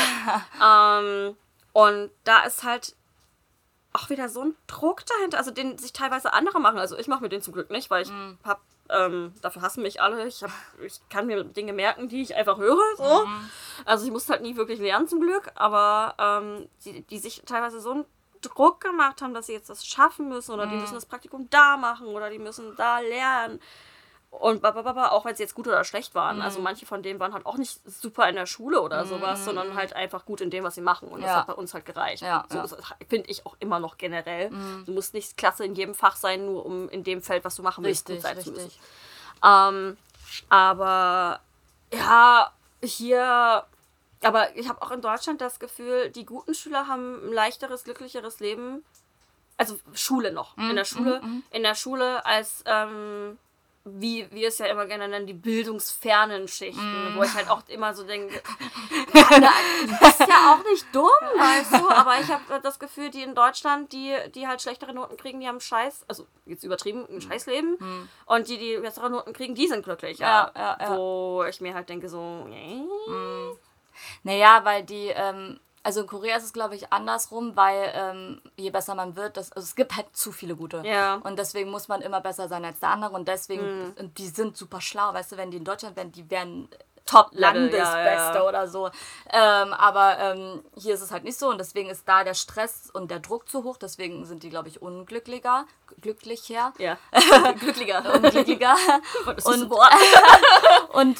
Und da ist halt auch wieder so ein Druck dahinter, also den sich teilweise andere machen. Also ich mache mir den zum Glück nicht, weil ich habe, dafür hassen mich alle. Ich kann mir Dinge merken, die ich einfach höre. So. Also ich muss halt nie wirklich lernen zum Glück, aber die sich teilweise so ein Druck gemacht haben, dass sie jetzt das schaffen müssen oder die müssen das Praktikum da machen oder die müssen da lernen. Und auch wenn sie jetzt gut oder schlecht waren. Also manche von denen waren halt auch nicht super in der Schule oder sowas, sondern halt einfach gut in dem, was sie machen. Und das hat bei uns halt gereicht. Ja, so finde ich auch immer noch generell. Du musst nicht klasse in jedem Fach sein, nur um in dem Feld, was du machen willst, gut sein zu müssen. Aber ja, hier... Aber ich habe auch in Deutschland das Gefühl, die guten Schüler haben ein leichteres, glücklicheres Leben. Also Schule noch. In der Schule als... wie wir es ja immer gerne nennen, die bildungsfernen Schichten, wo ich halt auch immer so denke, du bist ja auch nicht dumm, weißt du, aber ich habe das Gefühl, die in Deutschland, die halt schlechtere Noten kriegen, die haben also jetzt übertrieben, ein Scheißleben, und die bessere Noten kriegen, die sind glücklich, wo ich mir halt denke so, Naja, weil die, also in Korea ist es, glaube ich, andersrum, weil je besser man wird, also es gibt halt zu viele Gute. Ja. Und deswegen muss man immer besser sein als der andere. Und deswegen, und die sind super schlau, weißt du, wenn die in Deutschland wären, die wären Top-Landesbeste oder so. Aber hier ist es halt nicht so und deswegen ist da der Stress und der Druck zu hoch. Deswegen sind die, glaube ich, glücklicher. Ja, glücklicher. Und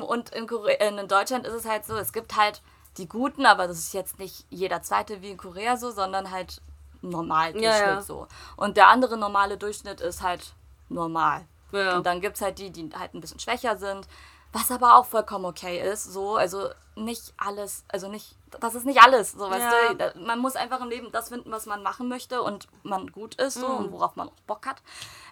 in Deutschland ist es halt so, es gibt halt die Guten, aber das ist jetzt nicht jeder Zweite wie in Korea so, sondern halt Normaldurchschnitt so. Und der andere normale Durchschnitt ist halt normal. Ja. Und dann gibt es halt die halt ein bisschen schwächer sind, was aber auch vollkommen okay ist, so, also nicht alles, das ist nicht alles, so, weißt du, man muss einfach im Leben das finden, was man machen möchte und man gut ist, so, und worauf man auch Bock hat,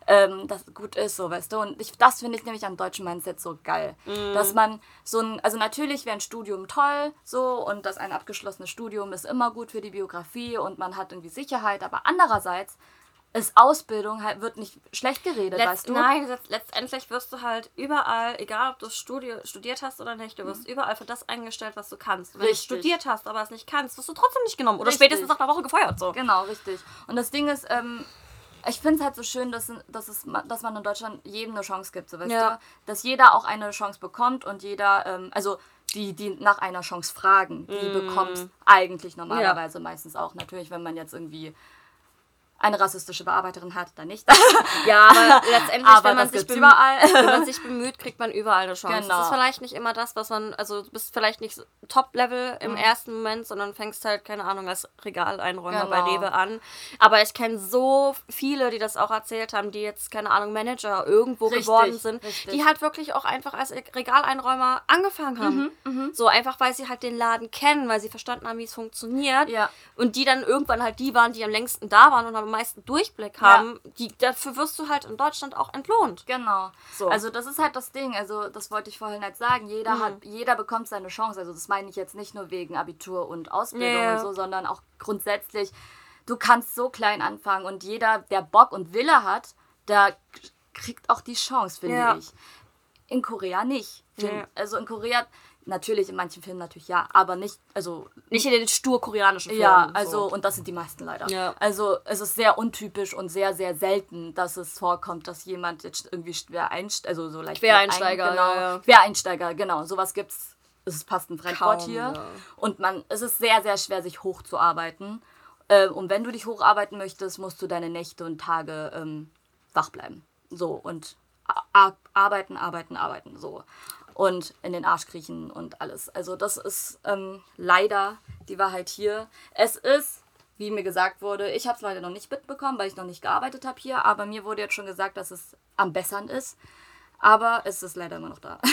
das gut ist, so, weißt du, und das finde ich nämlich am deutschen Mindset so geil, dass man also natürlich wäre ein Studium toll, so, und das ein abgeschlossenes Studium ist immer gut für die Biografie und man hat irgendwie Sicherheit, aber andererseits ist Ausbildung halt, wird nicht schlecht geredet, weißt du? Nein, letztendlich wirst du halt überall, egal ob du studiert hast oder nicht, du wirst überall für das eingestellt, was du kannst. Wenn du studiert hast, aber es nicht kannst, wirst du trotzdem nicht genommen oder spätestens nach einer Woche gefeuert. So. Genau, richtig. Und das Ding ist, ich finde es halt so schön, dass man in Deutschland jedem eine Chance gibt, so, weißt du? Dass jeder auch eine Chance bekommt und jeder, also die nach einer Chance fragen, die bekommt es eigentlich normalerweise meistens auch. Natürlich, wenn man jetzt irgendwie eine rassistische Bearbeiterin hat, dann nicht. Ja, aber letztendlich, wenn wenn man sich bemüht, kriegt man überall eine Chance. Genau. Das ist vielleicht nicht immer das, was man, also du bist vielleicht nicht Top-Level im ersten Moment, sondern fängst halt, keine Ahnung, als Regaleinräumer bei Rewe an. Aber ich kenne so viele, die das auch erzählt haben, die jetzt, keine Ahnung, Manager irgendwo geworden sind, die halt wirklich auch einfach als Regaleinräumer angefangen haben. So einfach, weil sie halt den Laden kennen, weil sie verstanden haben, wie es funktioniert. Ja. Und die dann irgendwann halt die waren, die am längsten da waren und am meisten Durchblick haben, dafür wirst du halt in Deutschland auch entlohnt. Genau. So. Also das ist halt das Ding, also das wollte ich vorhin halt sagen, jeder bekommt seine Chance, also das meine ich jetzt nicht nur wegen Abitur und Ausbildung und so, sondern auch grundsätzlich, du kannst so klein anfangen und jeder, der Bock und Wille hat, der kriegt auch die Chance, finde ich. In Korea nicht. Also in Korea... Natürlich, in manchen Filmen natürlich ja, aber nicht, also... Nicht in den stur koreanischen Filmen. Ja, also, und das sind die meisten leider. Ja. Also, es ist sehr untypisch und sehr, sehr selten, dass es vorkommt, dass jemand jetzt irgendwie also so leicht... Quereinsteiger, Quereinsteiger, genau. Sowas gibt's, es passt ein Fremdwort hier. Ja. Und es ist sehr, sehr schwer, sich hochzuarbeiten. Und wenn du dich hocharbeiten möchtest, musst du deine Nächte und Tage wach bleiben. So, und arbeiten, so. Und in den Arsch kriechen und alles. Also das ist leider die Wahrheit hier. Es ist, wie mir gesagt wurde, ich habe es leider noch nicht mitbekommen, weil ich noch nicht gearbeitet habe hier, aber mir wurde jetzt schon gesagt, dass es am Bessern ist. Aber es ist leider immer noch da.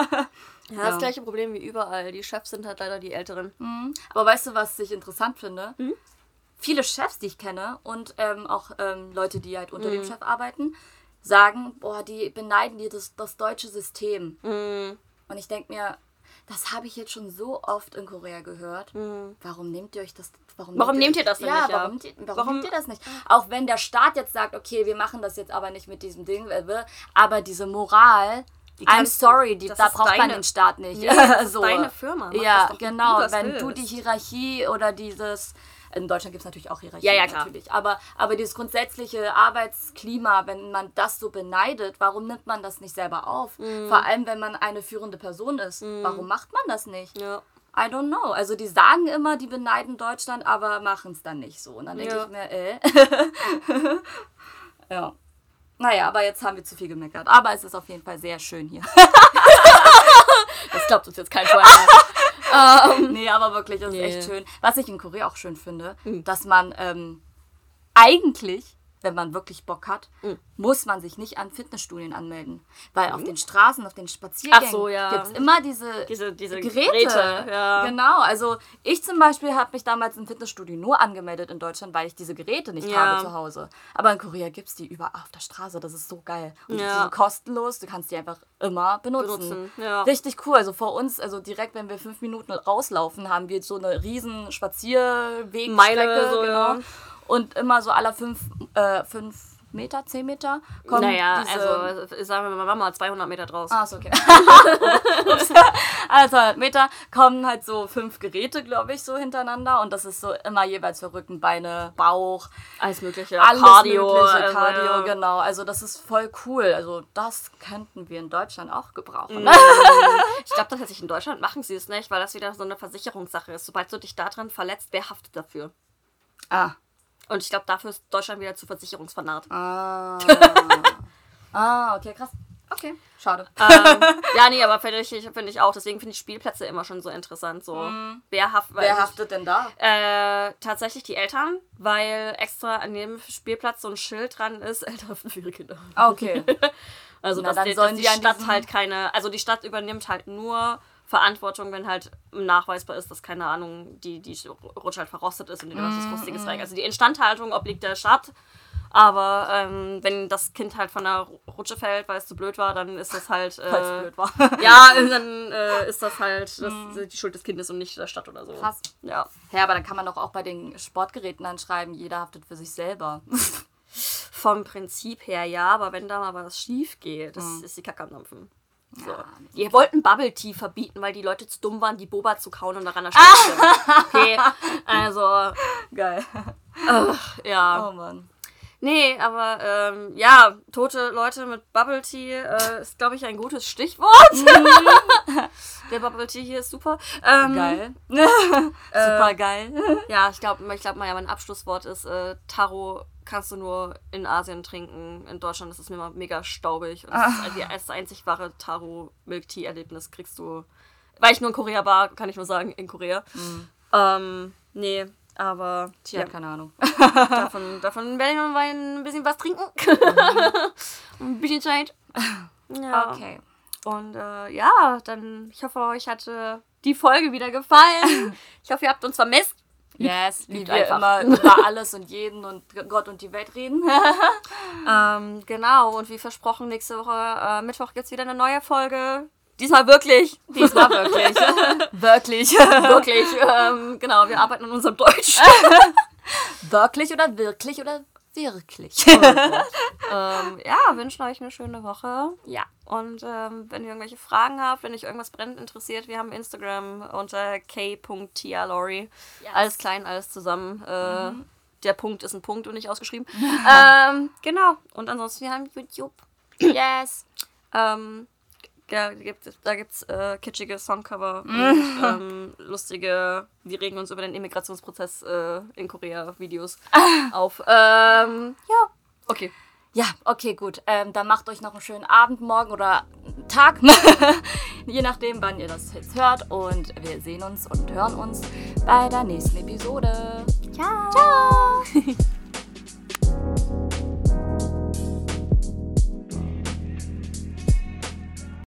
Das gleiche Problem wie überall. Die Chefs sind halt leider die Älteren. Aber weißt du, was ich interessant finde? Viele Chefs, die ich kenne und auch Leute, die halt unter dem Chef arbeiten, sagen, boah, die beneiden dir das deutsche System. Und ich denke mir, das habe ich jetzt schon so oft in Korea gehört. Warum nehmt ihr euch das? Warum nehmt ihr das denn nicht? Warum nehmt ihr das nicht? Auch wenn der Staat jetzt sagt, okay, wir machen das jetzt aber nicht mit diesem Ding, aber diese Moral, I'm sorry, da braucht man den Staat nicht. Ja, das ist deine Firma. Ja, genau. Wenn du die Hierarchie oder dieses... In Deutschland gibt es natürlich auch Hierarchien, natürlich. Aber dieses grundsätzliche Arbeitsklima, wenn man das so beneidet, warum nimmt man das nicht selber auf? Vor allem, wenn man eine führende Person ist. Warum macht man das nicht? Ja. I don't know. Also die sagen immer, die beneiden Deutschland, aber machen es dann nicht so. Und dann denke ich mir, Ja. Naja, aber jetzt haben wir zu viel gemeckert. Aber es ist auf jeden Fall sehr schön hier. Das glaubt uns jetzt kein Schwein. Nee, aber wirklich, es ist echt schön. Was ich in Korea auch schön finde, dass man eigentlich, wenn man wirklich Bock hat, muss man sich nicht an Fitnessstudien anmelden. Weil auf den Straßen, auf den Spaziergängen gibt es immer diese Geräte. Ja. Genau, also ich zum Beispiel habe mich damals im Fitnessstudio nur angemeldet in Deutschland, weil ich diese Geräte nicht habe zu Hause. Aber in Korea gibt es die überall auf der Straße, das ist so geil. Und die sind kostenlos, du kannst die einfach immer benutzen. Ja. Richtig cool, also vor uns, also direkt, wenn wir 5 Minuten rauslaufen, haben wir so eine riesen Spazierwegstrecke. Meile, So, genau. Und immer so alle 5 Meter, 10 Meter kommen also sagen wir mal 200 Meter draus. Ah, ist okay. Alle 200 Meter kommen halt so 5 Geräte, glaube ich, so hintereinander. Und das ist so immer jeweils für Rücken, Beine, Bauch. Alles mögliche. Alles Cardio. mögliche, Cardio, genau. Also das ist voll cool. Also das könnten wir in Deutschland auch gebrauchen. Ich glaube tatsächlich, in Deutschland machen sie es nicht, weil das wieder so eine Versicherungssache ist. Sobald du dich daran verletzt, wer haftet dafür? Ah. Und ich glaube, dafür ist Deutschland wieder zu versicherungsvernarrt. Okay, krass. Okay, schade. Ja, nee, aber finde ich auch. Deswegen finde ich Spielplätze immer schon so interessant. So. Wer haftet denn da? Tatsächlich die Eltern, weil extra an jedem Spielplatz so ein Schild dran ist, Eltern haften für ihre Kinder. Okay. Also, Na, dass sollen die Stadt halt keine, also die Stadt übernimmt halt nur Verantwortung, wenn halt nachweisbar ist, dass, keine Ahnung, die Rutsche halt verrostet ist und dir was Rostiges rein. Also die Instandhaltung obliegt der Stadt, aber wenn das Kind halt von der Rutsche fällt, weil es zu blöd war, dann ist das halt... weil es blöd war. Ja, dann ist das halt die Schuld des Kindes und nicht der Stadt oder so. Krass. Ja. Ja, aber dann kann man doch auch bei den Sportgeräten anschreiben, jeder haftet für sich selber. Vom Prinzip her ja, aber wenn da mal was schief geht, das ist die Kacke am Dampfen. So. Ja. Die wollten Bubble Tea verbieten, weil die Leute zu dumm waren, die Boba zu kauen und daran ersticken. Okay, also... Geil. Ja. Oh Mann. Nee, aber ja, tote Leute mit Bubble Tea ist, glaube ich, ein gutes Stichwort. Der Bubble Tea hier ist super. Geil. Super geil. Ja, ich glaube, mein Abschlusswort ist, Taro kannst du nur in Asien trinken. In Deutschland ist es mir mal mega staubig. Und das einzig wahre Taro-Milk-Tea-Erlebnis kriegst du, weil ich nur in Korea war, kann ich nur sagen, in Korea. Nee, aber... Tja, keine Ahnung. Davon werde ich noch mal ein bisschen was trinken. Ein bisschen Zeit. Ja. Okay. Und ja, dann, ich hoffe, euch hatte die Folge wieder gefallen. Ich hoffe, ihr habt uns vermisst. Yes, wie wir einfach. immer über alles und jeden und Gott und die Welt reden. Genau, und wie versprochen, nächste Woche Mittwoch gibt es wieder eine neue Folge. Diesmal wirklich. Wirklich. Wirklich. Genau, wir arbeiten an unserem Deutsch. Wirklich oder wirklich oder wirklich? Ja, wünschen euch eine schöne Woche. Ja. Und wenn ihr irgendwelche Fragen habt, wenn euch irgendwas brennend interessiert, wir haben Instagram unter k.tialori. Yes. Alles klein, alles zusammen. Der Punkt ist ein Punkt und nicht ausgeschrieben. Genau. Und ansonsten, wir haben YouTube. Yes. Ja, da gibt's kitschige Songcover und lustige, wir regen uns über den Immigrationsprozess in Korea Videos auf. Ja, okay. Ja, okay, gut. Dann macht euch noch einen schönen Abend, morgen oder Tag. Je nachdem, wann ihr das jetzt hört. Und wir sehen uns und hören uns bei der nächsten Episode. Ciao.